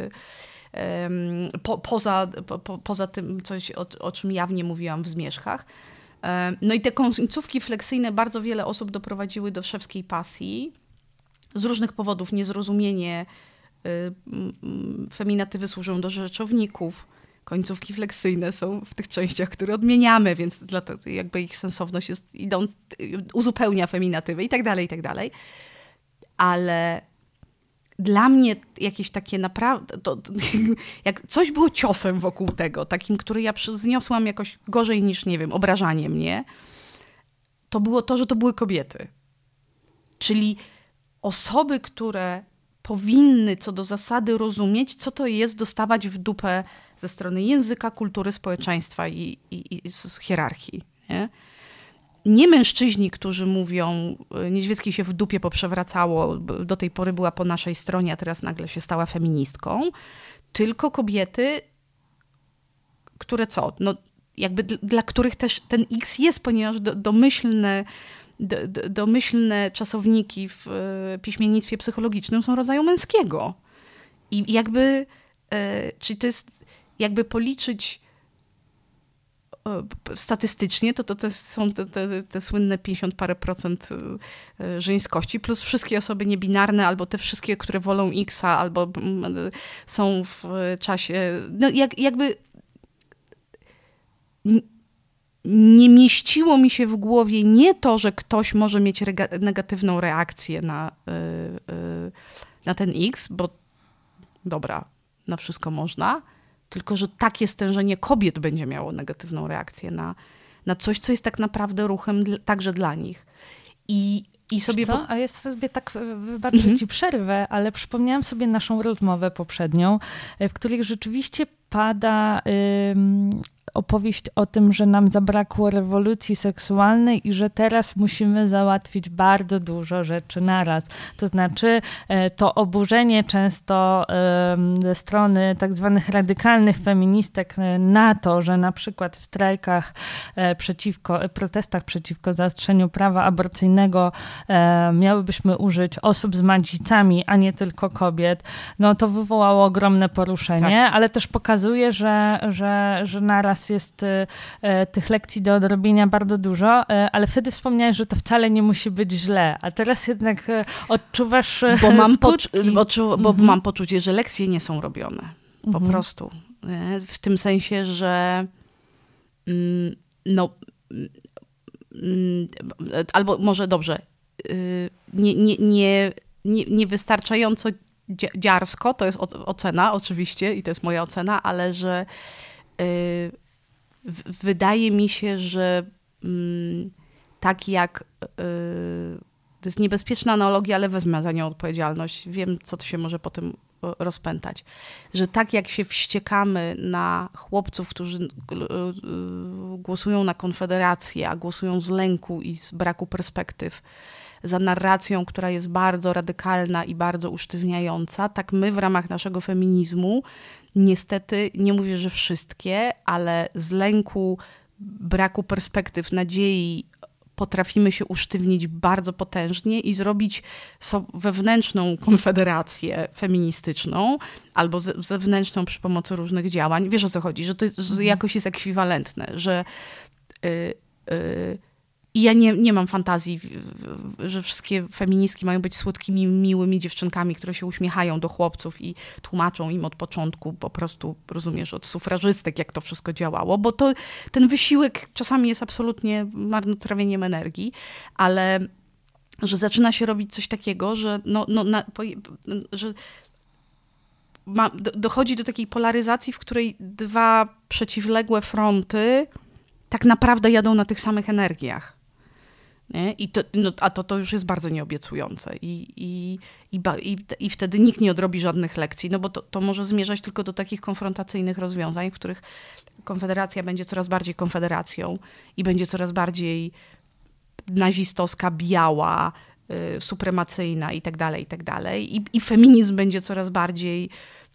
Poza tym coś, o czym jawnie mówiłam w Zmierzchach. No i te końcówki fleksyjne bardzo wiele osób doprowadziły do szewskiej pasji. Z różnych powodów, niezrozumienie, feminatywy służą do rzeczowników, końcówki fleksyjne są w tych częściach, które odmieniamy, więc dlatego jakby ich sensowność uzupełnia feminatywy i tak dalej, i tak dalej. Ale dla mnie jakieś takie naprawdę, jak coś było ciosem wokół tego, takim, który ja zniosłam jakoś gorzej niż, nie wiem, obrażanie mnie, to było to, że to były kobiety. Czyli osoby, które powinny co do zasady rozumieć, co to jest dostawać w dupę ze strony języka, kultury, społeczeństwa i z hierarchii. Nie mężczyźni, którzy mówią, Niedźwieckiej się w dupie poprzewracało, do tej pory była po naszej stronie, a teraz nagle się stała feministką, tylko kobiety, które co? No, jakby dla których też ten X jest, ponieważ domyślne czasowniki w piśmiennictwie psychologicznym są rodzaju męskiego. I jakby, czyli to jest jakby policzyć statystycznie, to są te słynne 50 parę procent żeńskości, plus wszystkie osoby niebinarne, albo te wszystkie, które wolą X-a, albo są w czasie, no jakby nie mieściło mi się w głowie nie to, że ktoś może mieć negatywną reakcję na ten X, bo dobra, na wszystko można, tylko że takie stężenie kobiet będzie miało negatywną reakcję na coś, co jest tak naprawdę ruchem także dla nich. I sobie
A ja sobie tak, wybacz, że ci przerwę, ale przypomniałam sobie naszą rozmowę poprzednią, w której rzeczywiście pada opowieść o tym, że nam zabrakło rewolucji seksualnej i że teraz musimy załatwić bardzo dużo rzeczy naraz. To znaczy to oburzenie często ze strony tak zwanych radykalnych feministek na to, że na przykład w strajkach protestach przeciwko zaostrzeniu prawa aborcyjnego miałybyśmy użyć osób z macicami, a nie tylko kobiet, no to wywołało ogromne poruszenie, tak. Ale też pokazuje, że naraz jest tych lekcji do odrobienia bardzo dużo, ale wtedy wspomniałeś, że to wcale nie musi być źle, a teraz jednak odczuwasz
bo mam poczucie, że lekcje nie są robione. Po prostu. W tym sensie, że albo może dobrze, niewystarczająco dziarsko, to jest ocena oczywiście i to jest moja ocena, ale że wydaje mi się, że tak jak to jest niebezpieczna analogia, ale wezmę za nią odpowiedzialność. Wiem, co to się może potem rozpętać. Że tak jak się wściekamy na chłopców, którzy głosują na Konfederację, a głosują z lęku i z braku perspektyw, za narracją, która jest bardzo radykalna i bardzo usztywniająca, tak my w ramach naszego feminizmu niestety, nie mówię, że wszystkie, ale z lęku, braku perspektyw, nadziei potrafimy się usztywnić bardzo potężnie i zrobić wewnętrzną konfederację feministyczną albo zewnętrzną przy pomocy różnych działań. Wiesz, o co chodzi? Że to jest, że jakoś jest ekwiwalentne, że i ja nie mam fantazji, że wszystkie feministki mają być słodkimi, miłymi dziewczynkami, które się uśmiechają do chłopców i tłumaczą im od początku, po prostu, rozumiesz, od sufrażystek, jak to wszystko działało, bo ten wysiłek czasami jest absolutnie marnotrawieniem energii, ale że zaczyna się robić coś takiego, że, że dochodzi do takiej polaryzacji, w której dwa przeciwległe fronty tak naprawdę jadą na tych samych energiach. Nie? A to już jest bardzo nieobiecujące. I wtedy nikt nie odrobi żadnych lekcji, no bo to może zmierzać tylko do takich konfrontacyjnych rozwiązań, w których Konfederacja będzie coraz bardziej konfederacją i będzie coraz bardziej nazistowska, biała, supremacyjna i tak dalej, i tak dalej. I feminizm będzie coraz bardziej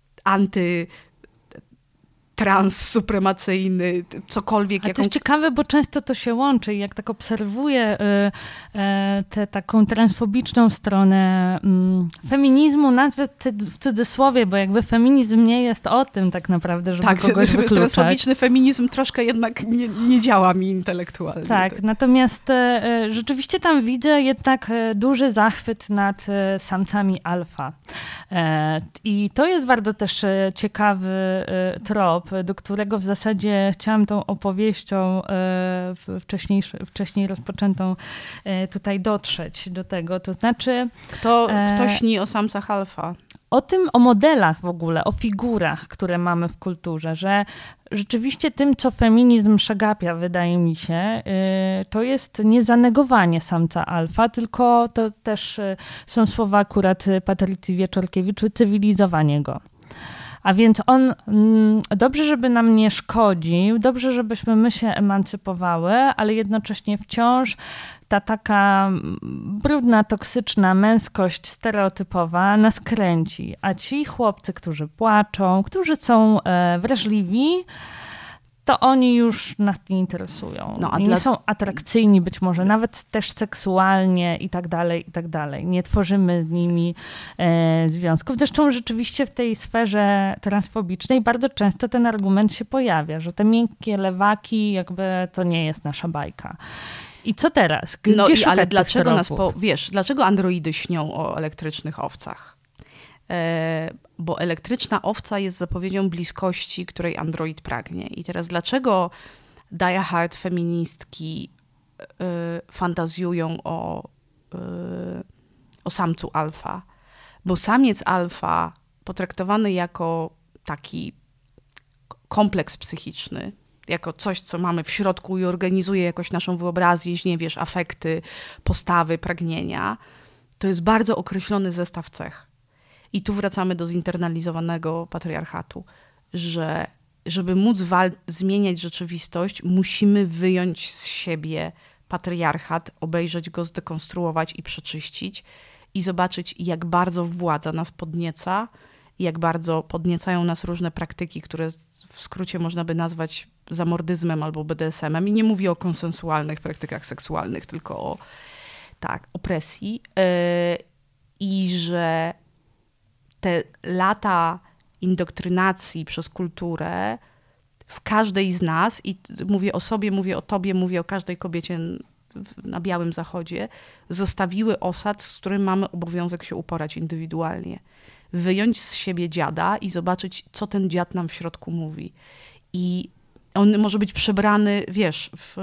transsupremacyjny, cokolwiek.
A to jest ciekawe, bo często to się łączy. Jak tak obserwuję taką transfobiczną stronę feminizmu, nazwę w cudzysłowie, bo jakby feminizm nie jest o tym tak naprawdę, żeby kogoś wykluczać.
Transfobiczny feminizm troszkę jednak nie działa mi intelektualnie.
Tak, natomiast rzeczywiście tam widzę jednak duży zachwyt nad samcami alfa. I to jest bardzo też ciekawy trop, do którego w zasadzie chciałam tą opowieścią wcześniej rozpoczętą tutaj dotrzeć do tego. To znaczy...
Kto śni o samcach alfa?
O modelach w ogóle, o figurach, które mamy w kulturze, że rzeczywiście tym, co feminizm przegapia, wydaje mi się, to jest nie zanegowanie samca alfa, tylko to też są słowa akurat Patrycji Wieczorkiewicz, cywilizowanie go. A więc on dobrze, żeby nam nie szkodził, dobrze, żebyśmy my się emancypowały, ale jednocześnie wciąż ta taka brudna, toksyczna męskość stereotypowa nas kręci. A ci chłopcy, którzy płaczą, którzy są wrażliwi, to oni już nas nie interesują. Nie są atrakcyjni być może, nawet też seksualnie i tak dalej, i tak dalej. Nie tworzymy z nimi związków. Zresztą rzeczywiście w tej sferze transfobicznej bardzo często ten argument się pojawia, że te miękkie lewaki jakby to nie jest nasza bajka. I co teraz?
Ale dlaczego dlaczego androidy śnią o elektrycznych owcach? Bo elektryczna owca jest zapowiedzią bliskości, której android pragnie. I teraz dlaczego Die Hard feministki fantazjują o samcu alfa? Bo samiec alfa potraktowany jako taki kompleks psychiczny, jako coś, co mamy w środku i organizuje jakoś naszą wyobraźnię, afekty, postawy, pragnienia, to jest bardzo określony zestaw cech. I tu wracamy do zinternalizowanego patriarchatu, że żeby móc zmieniać rzeczywistość, musimy wyjąć z siebie patriarchat, obejrzeć go, zdekonstruować i przeczyścić i zobaczyć, jak bardzo władza nas podnieca, jak bardzo podniecają nas różne praktyki, które w skrócie można by nazwać zamordyzmem albo BDSM-em. I nie mówię o konsensualnych praktykach seksualnych, tylko o opresji. I że te lata indoktrynacji przez kulturę w każdej z nas, i mówię o sobie, mówię o tobie, mówię o każdej kobiecie na białym zachodzie, zostawiły osad, z którym mamy obowiązek się uporać indywidualnie. Wyjąć z siebie dziada i zobaczyć, co ten dziad nam w środku mówi. I on może być przebrany, w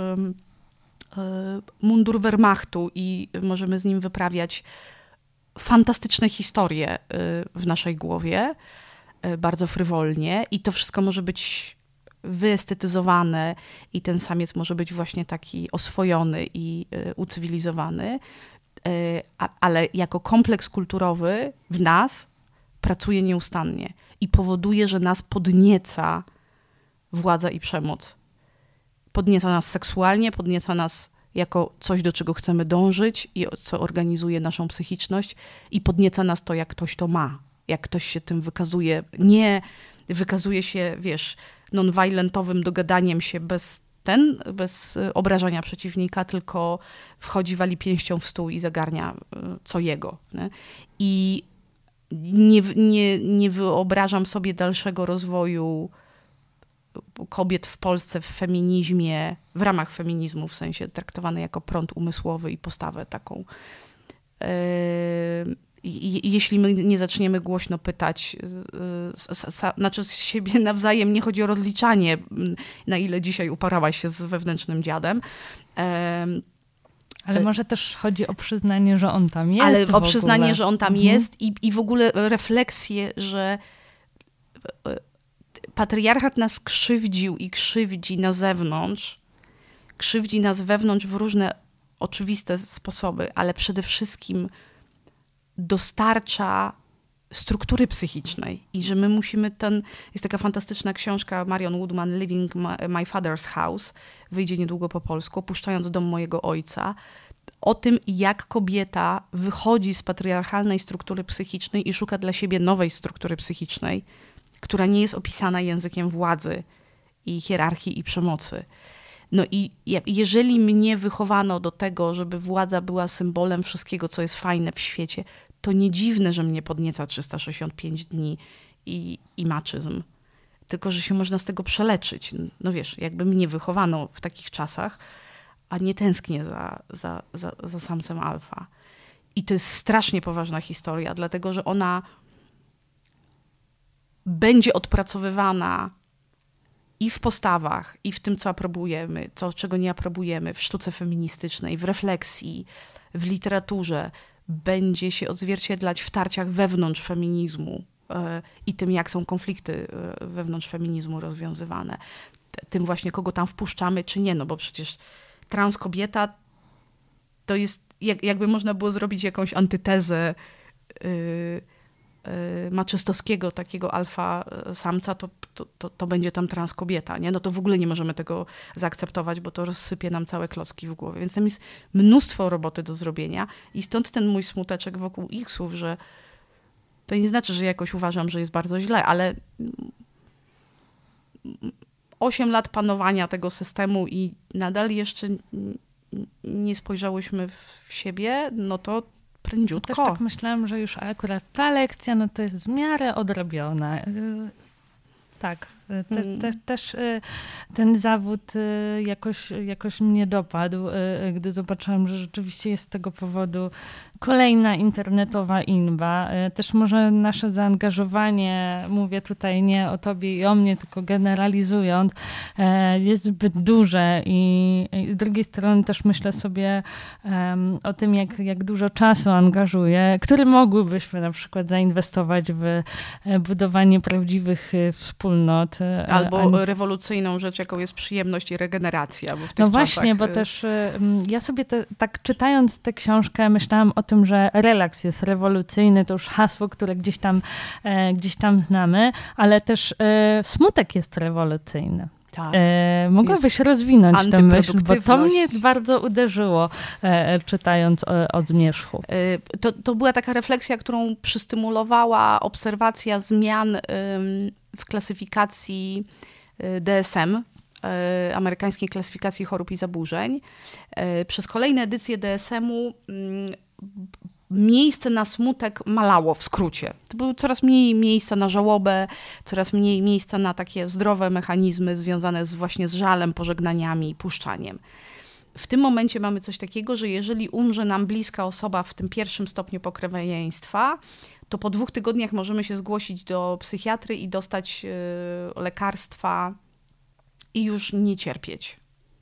mundur Wehrmachtu i możemy z nim wyprawiać fantastyczne historie w naszej głowie, bardzo frywolnie, i to wszystko może być wyestetyzowane i ten samiec może być właśnie taki oswojony i ucywilizowany, ale jako kompleks kulturowy w nas pracuje nieustannie i powoduje, że nas podnieca władza i przemoc. Podnieca nas seksualnie, podnieca nas jako coś, do czego chcemy dążyć i co organizuje naszą psychiczność, i podnieca nas to, jak ktoś to ma, jak ktoś się tym wykazuje. Nie wykazuje się, non-violentowym dogadaniem się bez obrażania przeciwnika, tylko wchodzi, wali pięścią w stół i zagarnia co jego. Nie? I nie wyobrażam sobie dalszego rozwoju kobiet w Polsce w feminizmie, w ramach feminizmu, w sensie traktowany jako prąd umysłowy i postawę taką. Jeśli my nie zaczniemy głośno pytać, znaczy z siebie nawzajem, nie chodzi o rozliczanie, na ile dzisiaj uparałaś się z wewnętrznym dziadem.
Ale może też chodzi o przyznanie, że on tam jest.
Ale o przyznanie, że on tam jest i w ogóle refleksję, że patriarchat nas krzywdził i krzywdzi na zewnątrz. Krzywdzi nas wewnątrz w różne oczywiste sposoby, ale przede wszystkim dostarcza struktury psychicznej i że my musimy jest taka fantastyczna książka Marion Woodman, Living My Father's House, wyjdzie niedługo po polsku, Opuszczając dom mojego ojca, o tym, jak kobieta wychodzi z patriarchalnej struktury psychicznej i szuka dla siebie nowej struktury psychicznej, która nie jest opisana językiem władzy i hierarchii i przemocy. No i jeżeli mnie wychowano do tego, żeby władza była symbolem wszystkiego, co jest fajne w świecie, to nie dziwne, że mnie podnieca 365 dni i maczyzm. Tylko, że się można z tego przeleczyć. No jakby mnie wychowano w takich czasach, a nie tęsknię za samcem alfa. I to jest strasznie poważna historia, dlatego, że ona będzie odpracowywana i w postawach, i w tym, co aprobujemy, czego nie aprobujemy, w sztuce feministycznej, w refleksji, w literaturze, będzie się odzwierciedlać w tarciach wewnątrz feminizmu i tym, jak są konflikty wewnątrz feminizmu rozwiązywane. Tym właśnie, kogo tam wpuszczamy, czy nie, no bo przecież trans kobieta to jest, jakby można było zrobić jakąś antytezę maczystowskiego takiego alfa samca, to będzie tam trans kobieta, nie? No to w ogóle nie możemy tego zaakceptować, bo to rozsypie nam całe klocki w głowie. Więc tam jest mnóstwo roboty do zrobienia i stąd ten mój smuteczek wokół X-ów, że to nie znaczy, że jakoś uważam, że jest bardzo źle, ale 8 lat panowania tego systemu i nadal jeszcze nie spojrzałyśmy w siebie, no to prędziutko.
Też tak myślałam, że już akurat ta lekcja, no to jest w miarę odrobiona. Tak, też ten zawód jakoś mnie dopadł, gdy zobaczyłam, że rzeczywiście jest z tego powodu kolejna internetowa inba. Też może nasze zaangażowanie, mówię tutaj nie o tobie i o mnie, tylko generalizując, jest zbyt duże i z drugiej strony też myślę sobie o tym, jak dużo czasu angażuję, który mogłybyśmy na przykład zainwestować w budowanie prawdziwych wspólnot.
Albo rewolucyjną rzecz, jaką jest przyjemność i regeneracja. Bo w tych
no właśnie,
czasach...
bo też ja sobie tak czytając tę książkę myślałam o tym, że relaks jest rewolucyjny, to już hasło, które gdzieś tam znamy, ale też smutek jest rewolucyjny.
Tak.
Mogłabyś rozwinąć tę myśl, bo to mnie bardzo uderzyło, czytając o Zmierzchu.
To była taka refleksja, którą przystymulowała obserwacja zmian w klasyfikacji DSM, amerykańskiej klasyfikacji chorób i zaburzeń. Przez kolejne edycje DSM-u miejsce na smutek malało w skrócie. To było coraz mniej miejsca na żałobę, coraz mniej miejsca na takie zdrowe mechanizmy związane właśnie z żalem, pożegnaniami, puszczaniem. W tym momencie mamy coś takiego, że jeżeli umrze nam bliska osoba w tym pierwszym stopniu pokrewieństwa, to po 2 tygodniach możemy się zgłosić do psychiatry i dostać lekarstwa i już nie cierpieć.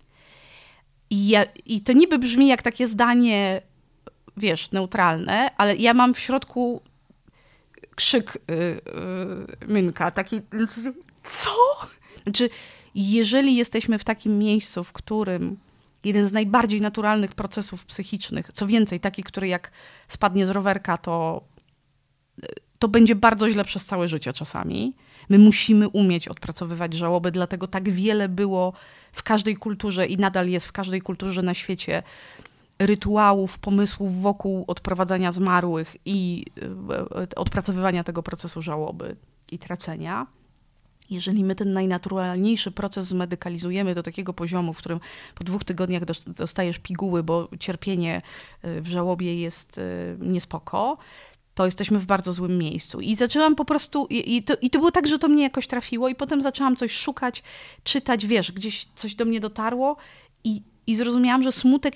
I to niby brzmi jak takie zdanie, wiesz, neutralne, ale ja mam w środku krzyk Mynka, taki, co? Znaczy, jeżeli jesteśmy w takim miejscu, w którym jeden z najbardziej naturalnych procesów psychicznych, co więcej, taki, który jak spadnie z rowerka, to będzie bardzo źle przez całe życie czasami. My musimy umieć odpracowywać żałobę, dlatego tak wiele było w każdej kulturze i nadal jest w każdej kulturze na świecie rytuałów, pomysłów wokół odprowadzania zmarłych i odpracowywania tego procesu żałoby i tracenia. Jeżeli my ten najnaturalniejszy proces zmedykalizujemy do takiego poziomu, w którym po 2 tygodniach dostajesz piguły, bo cierpienie w żałobie jest niespoko, to jesteśmy w bardzo złym miejscu. I zaczęłam po prostu, i to było tak, że to mnie jakoś trafiło i potem zaczęłam coś szukać, czytać, wiesz, gdzieś coś do mnie dotarło i zrozumiałam, że smutek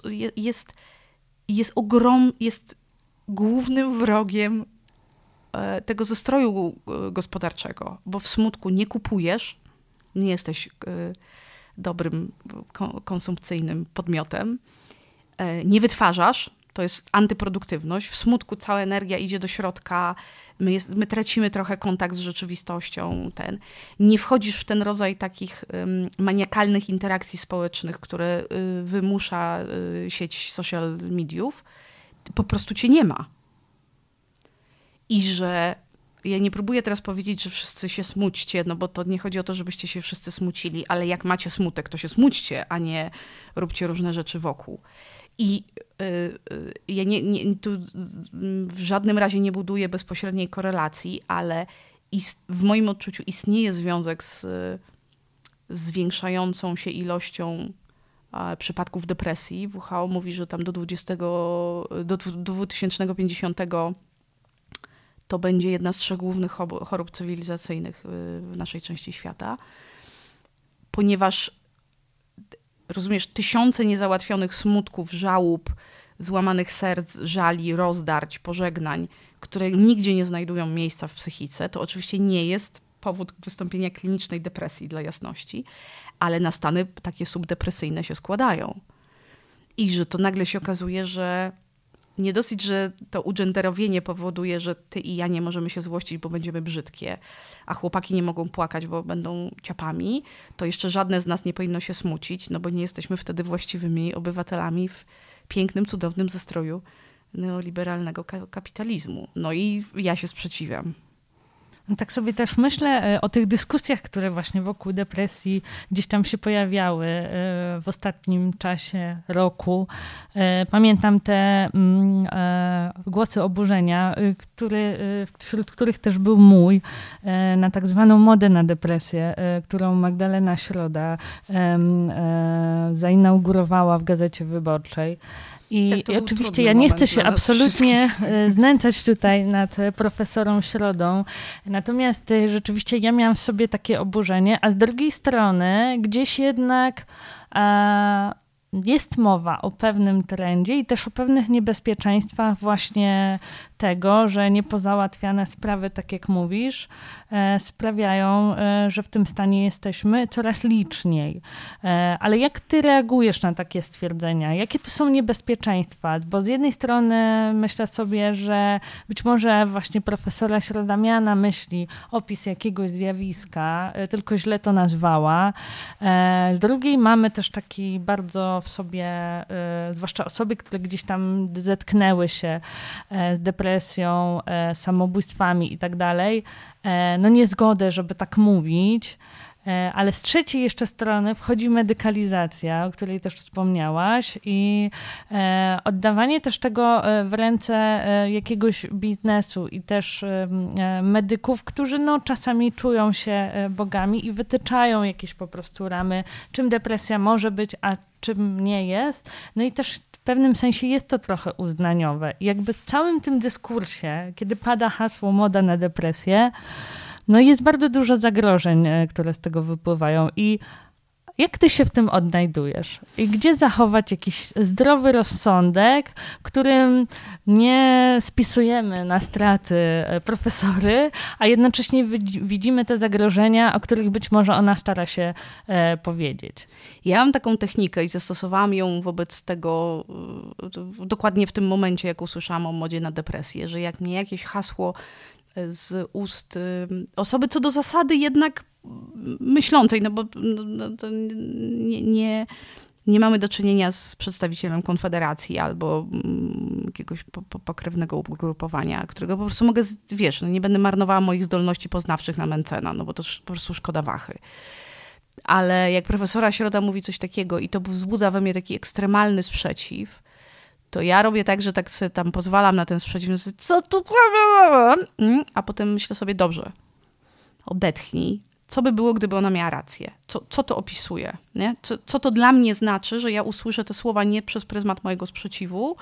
jest głównym wrogiem tego zestroju gospodarczego, bo w smutku nie kupujesz, nie jesteś dobrym, konsumpcyjnym podmiotem, nie wytwarzasz, to jest antyproduktywność, w smutku cała energia idzie do środka, my tracimy trochę kontakt z rzeczywistością, nie wchodzisz w ten rodzaj takich maniakalnych interakcji społecznych, które wymusza sieć social mediów, po prostu cię nie ma. I że ja nie próbuję teraz powiedzieć, że wszyscy się smućcie, no bo to nie chodzi o to, żebyście się wszyscy smucili, ale jak macie smutek, to się smućcie, a nie róbcie różne rzeczy wokół. I ja tu w żadnym razie nie buduję bezpośredniej korelacji, ale w moim odczuciu istnieje związek z zwiększającą się ilością przypadków depresji. WHO mówi, że tam do 2050 to będzie jedna z 3 głównych chorób cywilizacyjnych w naszej części świata, ponieważ rozumiesz, tysiące niezałatwionych smutków, żałób, złamanych serc, żali, rozdarć, pożegnań, które nigdzie nie znajdują miejsca w psychice, to oczywiście nie jest powód wystąpienia klinicznej depresji, dla jasności, ale na stany takie subdepresyjne się składają. I że to nagle się okazuje, że nie dosyć, że to ugenderowienie powoduje, że ty i ja nie możemy się złościć, bo będziemy brzydkie, a chłopaki nie mogą płakać, bo będą ciapami, to jeszcze żadne z nas nie powinno się smucić, no bo nie jesteśmy wtedy właściwymi obywatelami w pięknym, cudownym zestroju neoliberalnego kapitalizmu. No i ja się sprzeciwiam.
Tak sobie też myślę o tych dyskusjach, które właśnie wokół depresji gdzieś tam się pojawiały w ostatnim czasie, roku. Pamiętam te głosy oburzenia, wśród których też był mój, na tak zwaną modę na depresję, którą Magdalena Środa zainaugurowała w Gazecie Wyborczej. I oczywiście ja nie chcę się absolutnie znęcać tutaj nad profesorą Środą, natomiast rzeczywiście ja miałam w sobie takie oburzenie, a z drugiej strony gdzieś jednak jest mowa o pewnym trendzie i też o pewnych niebezpieczeństwach właśnie tego, że niepozałatwiane sprawy, tak jak mówisz, sprawiają, że w tym stanie jesteśmy coraz liczniej. Ale jak ty reagujesz na takie stwierdzenia? Jakie to są niebezpieczeństwa? Bo z jednej strony myślę sobie, że być może właśnie profesora Środa miała na myśli opis jakiegoś zjawiska, tylko źle to nazwała. Z drugiej mamy też taki bardzo w sobie, zwłaszcza osoby, które gdzieś tam zetknęły się z depresją, samobójstwami i tak dalej, no niezgodę, żeby tak mówić, ale z trzeciej jeszcze strony wchodzi medykalizacja, o której też wspomniałaś i oddawanie też tego w ręce jakiegoś biznesu i też medyków, którzy no czasami czują się bogami i wytyczają jakieś po prostu ramy, czym depresja może być, a czym nie jest. No i też w pewnym sensie jest to trochę uznaniowe. I jakby w całym tym dyskursie, kiedy pada hasło moda na depresję, no jest bardzo dużo zagrożeń, które z tego wypływają. I jak ty się w tym odnajdujesz? I gdzie zachować jakiś zdrowy rozsądek, którym nie spisujemy na straty profesory, a jednocześnie widzimy te zagrożenia, o których być może ona stara się powiedzieć?
Ja mam taką technikę i zastosowałam ją wobec tego dokładnie w tym momencie, jak usłyszałam o modzie na depresję, że jak mnie jakieś hasło z ust osoby co do zasady jednak myślącej, no bo to nie mamy do czynienia z przedstawicielem Konfederacji albo jakiegoś pokrewnego ugrupowania, którego po prostu mogę, wiesz, no nie będę marnowała moich zdolności poznawczych na Mencena, no bo to po prostu szkoda wachy. Ale jak profesora Środa mówi coś takiego i to wzbudza we mnie taki ekstremalny sprzeciw, to ja robię tak, że tak sobie tam pozwalam na ten sprzeciw, co tu, a potem myślę sobie, dobrze, odetchnij. Co by było, gdyby ona miała rację? Co to opisuje? Nie? Co to dla mnie znaczy, że ja usłyszę te słowa nie przez pryzmat mojego sprzeciwu,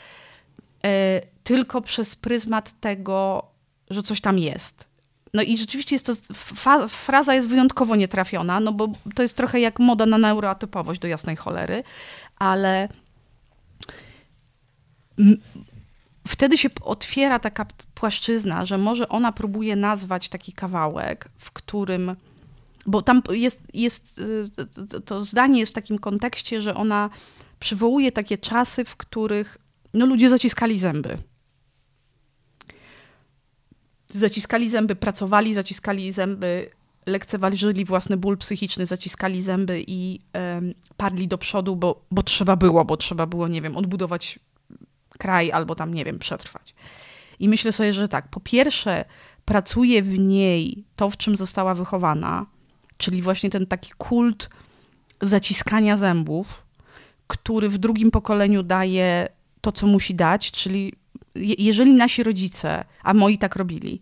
tylko przez pryzmat tego, że coś tam jest. No i rzeczywiście jest to, fraza jest wyjątkowo nietrafiona, no bo to jest trochę jak moda na neuroatypowość do jasnej cholery, ale wtedy się otwiera taka płaszczyzna, że może ona próbuje nazwać taki kawałek, w którym, bo tam jest to zdanie jest w takim kontekście, że ona przywołuje takie czasy, w których no, ludzie zaciskali zęby. Zaciskali zęby, pracowali, zaciskali zęby, lekceważyli własny ból psychiczny, zaciskali zęby i parli do przodu, bo trzeba było, nie wiem, odbudować kraj albo tam, nie wiem, przetrwać. I myślę sobie, że tak, po pierwsze pracuje w niej to, w czym została wychowana, czyli właśnie ten taki kult zaciskania zębów, który w drugim pokoleniu daje to, co musi dać, czyli jeżeli nasi rodzice, a moi tak robili,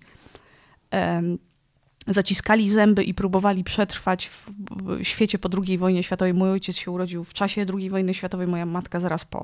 zaciskali zęby i próbowali przetrwać w świecie po II wojnie światowej. Mój ojciec się urodził w czasie II wojny światowej, moja matka zaraz po.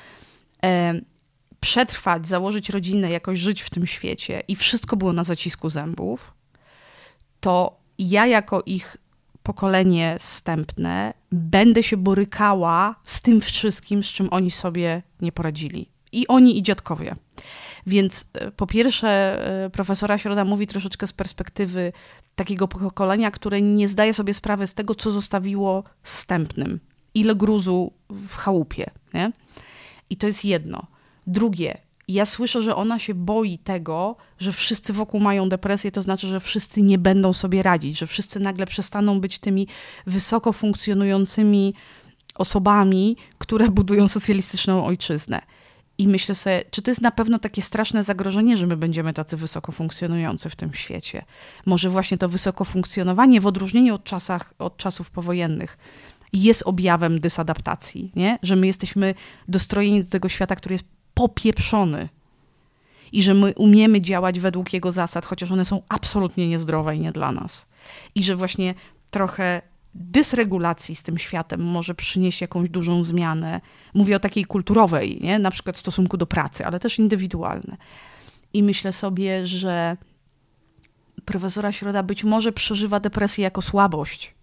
Przetrwać, założyć rodzinę, jakoś żyć w tym świecie i wszystko było na zacisku zębów, to ja jako ich pokolenie zstępne będę się borykała z tym wszystkim, z czym oni sobie nie poradzili. I oni, i dziadkowie. Więc po pierwsze profesora Środa mówi troszeczkę z perspektywy takiego pokolenia, które nie zdaje sobie sprawy z tego, co zostawiło zstępnym. Ile gruzu w chałupie. Nie? I to jest jedno. Drugie, ja słyszę, że ona się boi tego, że wszyscy wokół mają depresję, to znaczy, że wszyscy nie będą sobie radzić, że wszyscy nagle przestaną być tymi wysoko funkcjonującymi osobami, które budują socjalistyczną ojczyznę. I myślę sobie, czy to jest na pewno takie straszne zagrożenie, że my będziemy tacy wysoko funkcjonujący w tym świecie? Może właśnie to wysoko funkcjonowanie, w odróżnieniu od czasów powojennych, jest objawem dysadaptacji, nie? Że my jesteśmy dostrojeni do tego świata, który jest popieprzony i że my umiemy działać według jego zasad, chociaż one są absolutnie niezdrowe i nie dla nas. I że właśnie trochę dysregulacji z tym światem może przynieść jakąś dużą zmianę. Mówię o takiej kulturowej, nie? Na przykład w stosunku do pracy, ale też indywidualne. I myślę sobie, że profesora Środa być może przeżywa depresję jako słabość,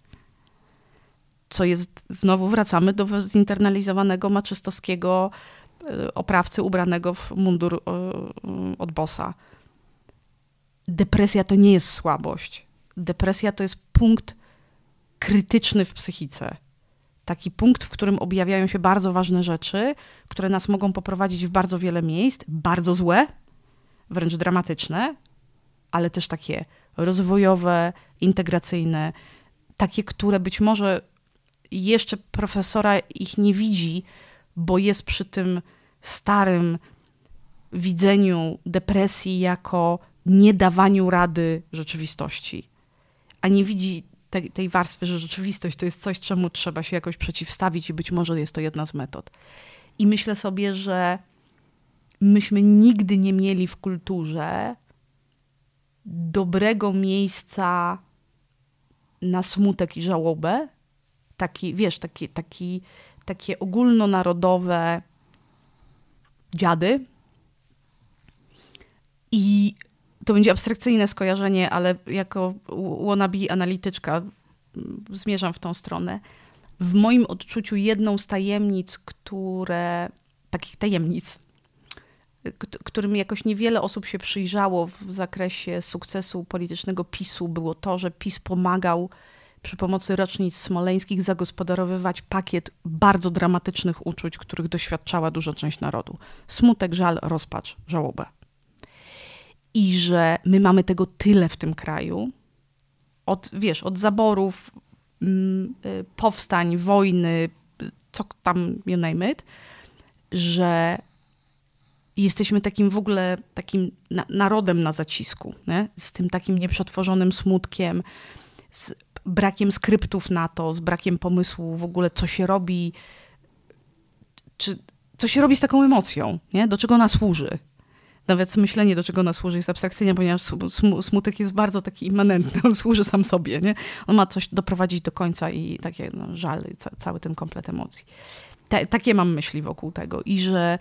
co jest, znowu wracamy do zinternalizowanego maczystowskiego oprawcy ubranego w mundur od bossa. Depresja to nie jest słabość. Depresja to jest punkt krytyczny w psychice. Taki punkt, w którym objawiają się bardzo ważne rzeczy, które nas mogą poprowadzić w bardzo wiele miejsc, bardzo złe, wręcz dramatyczne, ale też takie rozwojowe, integracyjne, takie, które być może jeszcze profesora ich nie widzi, bo jest przy tym starym widzeniu depresji jako niedawaniu rady rzeczywistości, a nie widzi tej warstwy, że rzeczywistość to jest coś, czemu trzeba się jakoś przeciwstawić i być może jest to jedna z metod. I myślę sobie, że myśmy nigdy nie mieli w kulturze dobrego miejsca na smutek i żałobę, takie ogólnonarodowe dziady. I to będzie abstrakcyjne skojarzenie, ale jako wannabe analityczka zmierzam w tą stronę. W moim odczuciu jedną z tajemnic, którym jakoś niewiele osób się przyjrzało w zakresie sukcesu politycznego PiS-u, było to, że PiS pomagał przy pomocy rocznic smoleńskich zagospodarowywać pakiet bardzo dramatycznych uczuć, których doświadczała duża część narodu. Smutek, żal, rozpacz, żałobę. I że my mamy tego tyle w tym kraju, od zaborów, powstań, wojny, co tam, you name it, że jesteśmy takim w ogóle takim narodem na zacisku, nie? Z tym takim nieprzetworzonym smutkiem, z brakiem skryptów na to, z brakiem pomysłu w ogóle, co się robi, co się robi z taką emocją, nie? Do czego ona służy. Nawet myślenie, do czego ona służy, jest abstrakcyjne, ponieważ smutek jest bardzo taki immanentny, on służy sam sobie, nie? On ma coś doprowadzić do końca i takie żal, cały ten komplet emocji. Takie mam myśli wokół tego i że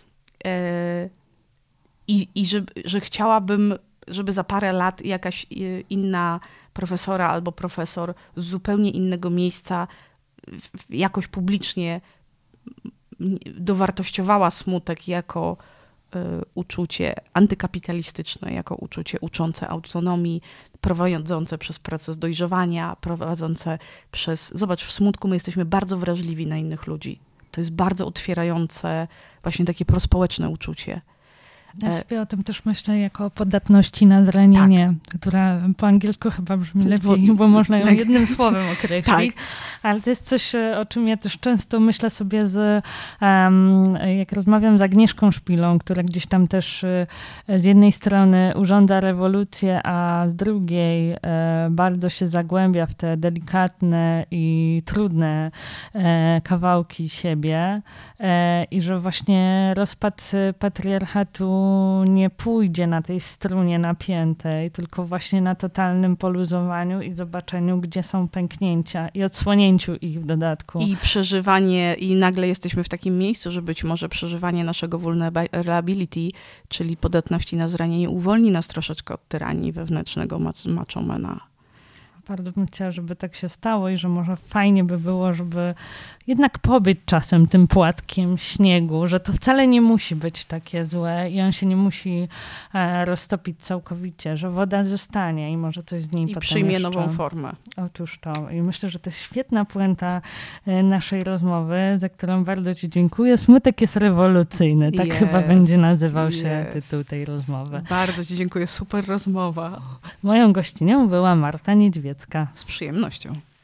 że chciałabym, żeby za parę lat jakaś inna profesora albo profesor z zupełnie innego miejsca jakoś publicznie dowartościowała smutek jako uczucie antykapitalistyczne, jako uczucie uczące autonomii, prowadzące przez proces dojrzewania, prowadzące przez... Zobacz, w smutku my jesteśmy bardzo wrażliwi na innych ludzi. To jest bardzo otwierające, właśnie takie prospołeczne uczucie.
Ja sobie o tym też myślę jako o podatności na zranienie, tak, która po angielsku chyba brzmi lepiej, bo można ją jednym słowem określić. Tak. Ale to jest coś, o czym ja też często myślę sobie jak rozmawiam z Agnieszką Szpilą, która gdzieś tam też z jednej strony urządza rewolucję, a z drugiej bardzo się zagłębia w te delikatne i trudne kawałki siebie i że właśnie rozpad patriarchatu nie pójdzie na tej strunie napiętej, tylko właśnie na totalnym poluzowaniu i zobaczeniu, gdzie są pęknięcia i odsłonięciu ich w dodatku.
I przeżywanie, i nagle jesteśmy w takim miejscu, że być może przeżywanie naszego vulnerability, czyli podatności na zranienie, uwolni nas troszeczkę od tyranii wewnętrznego machomana.
Bardzo bym chciała, żeby tak się stało i że może fajnie by było, żeby jednak pobyć czasem tym płatkiem śniegu, że to wcale nie musi być takie złe i on się nie musi roztopić całkowicie, że woda zostanie i może coś z niej potem
przyjmie
jeszcze...
nową formę.
Otóż to. I myślę, że to jest świetna puenta naszej rozmowy, za którą bardzo Ci dziękuję. Smutek jest rewolucyjny. Tak chyba będzie nazywał się tytuł tej rozmowy.
Bardzo Ci dziękuję. Super rozmowa.
Moją gościnią była Marta Niedźwiecka.
Z przyjemnością.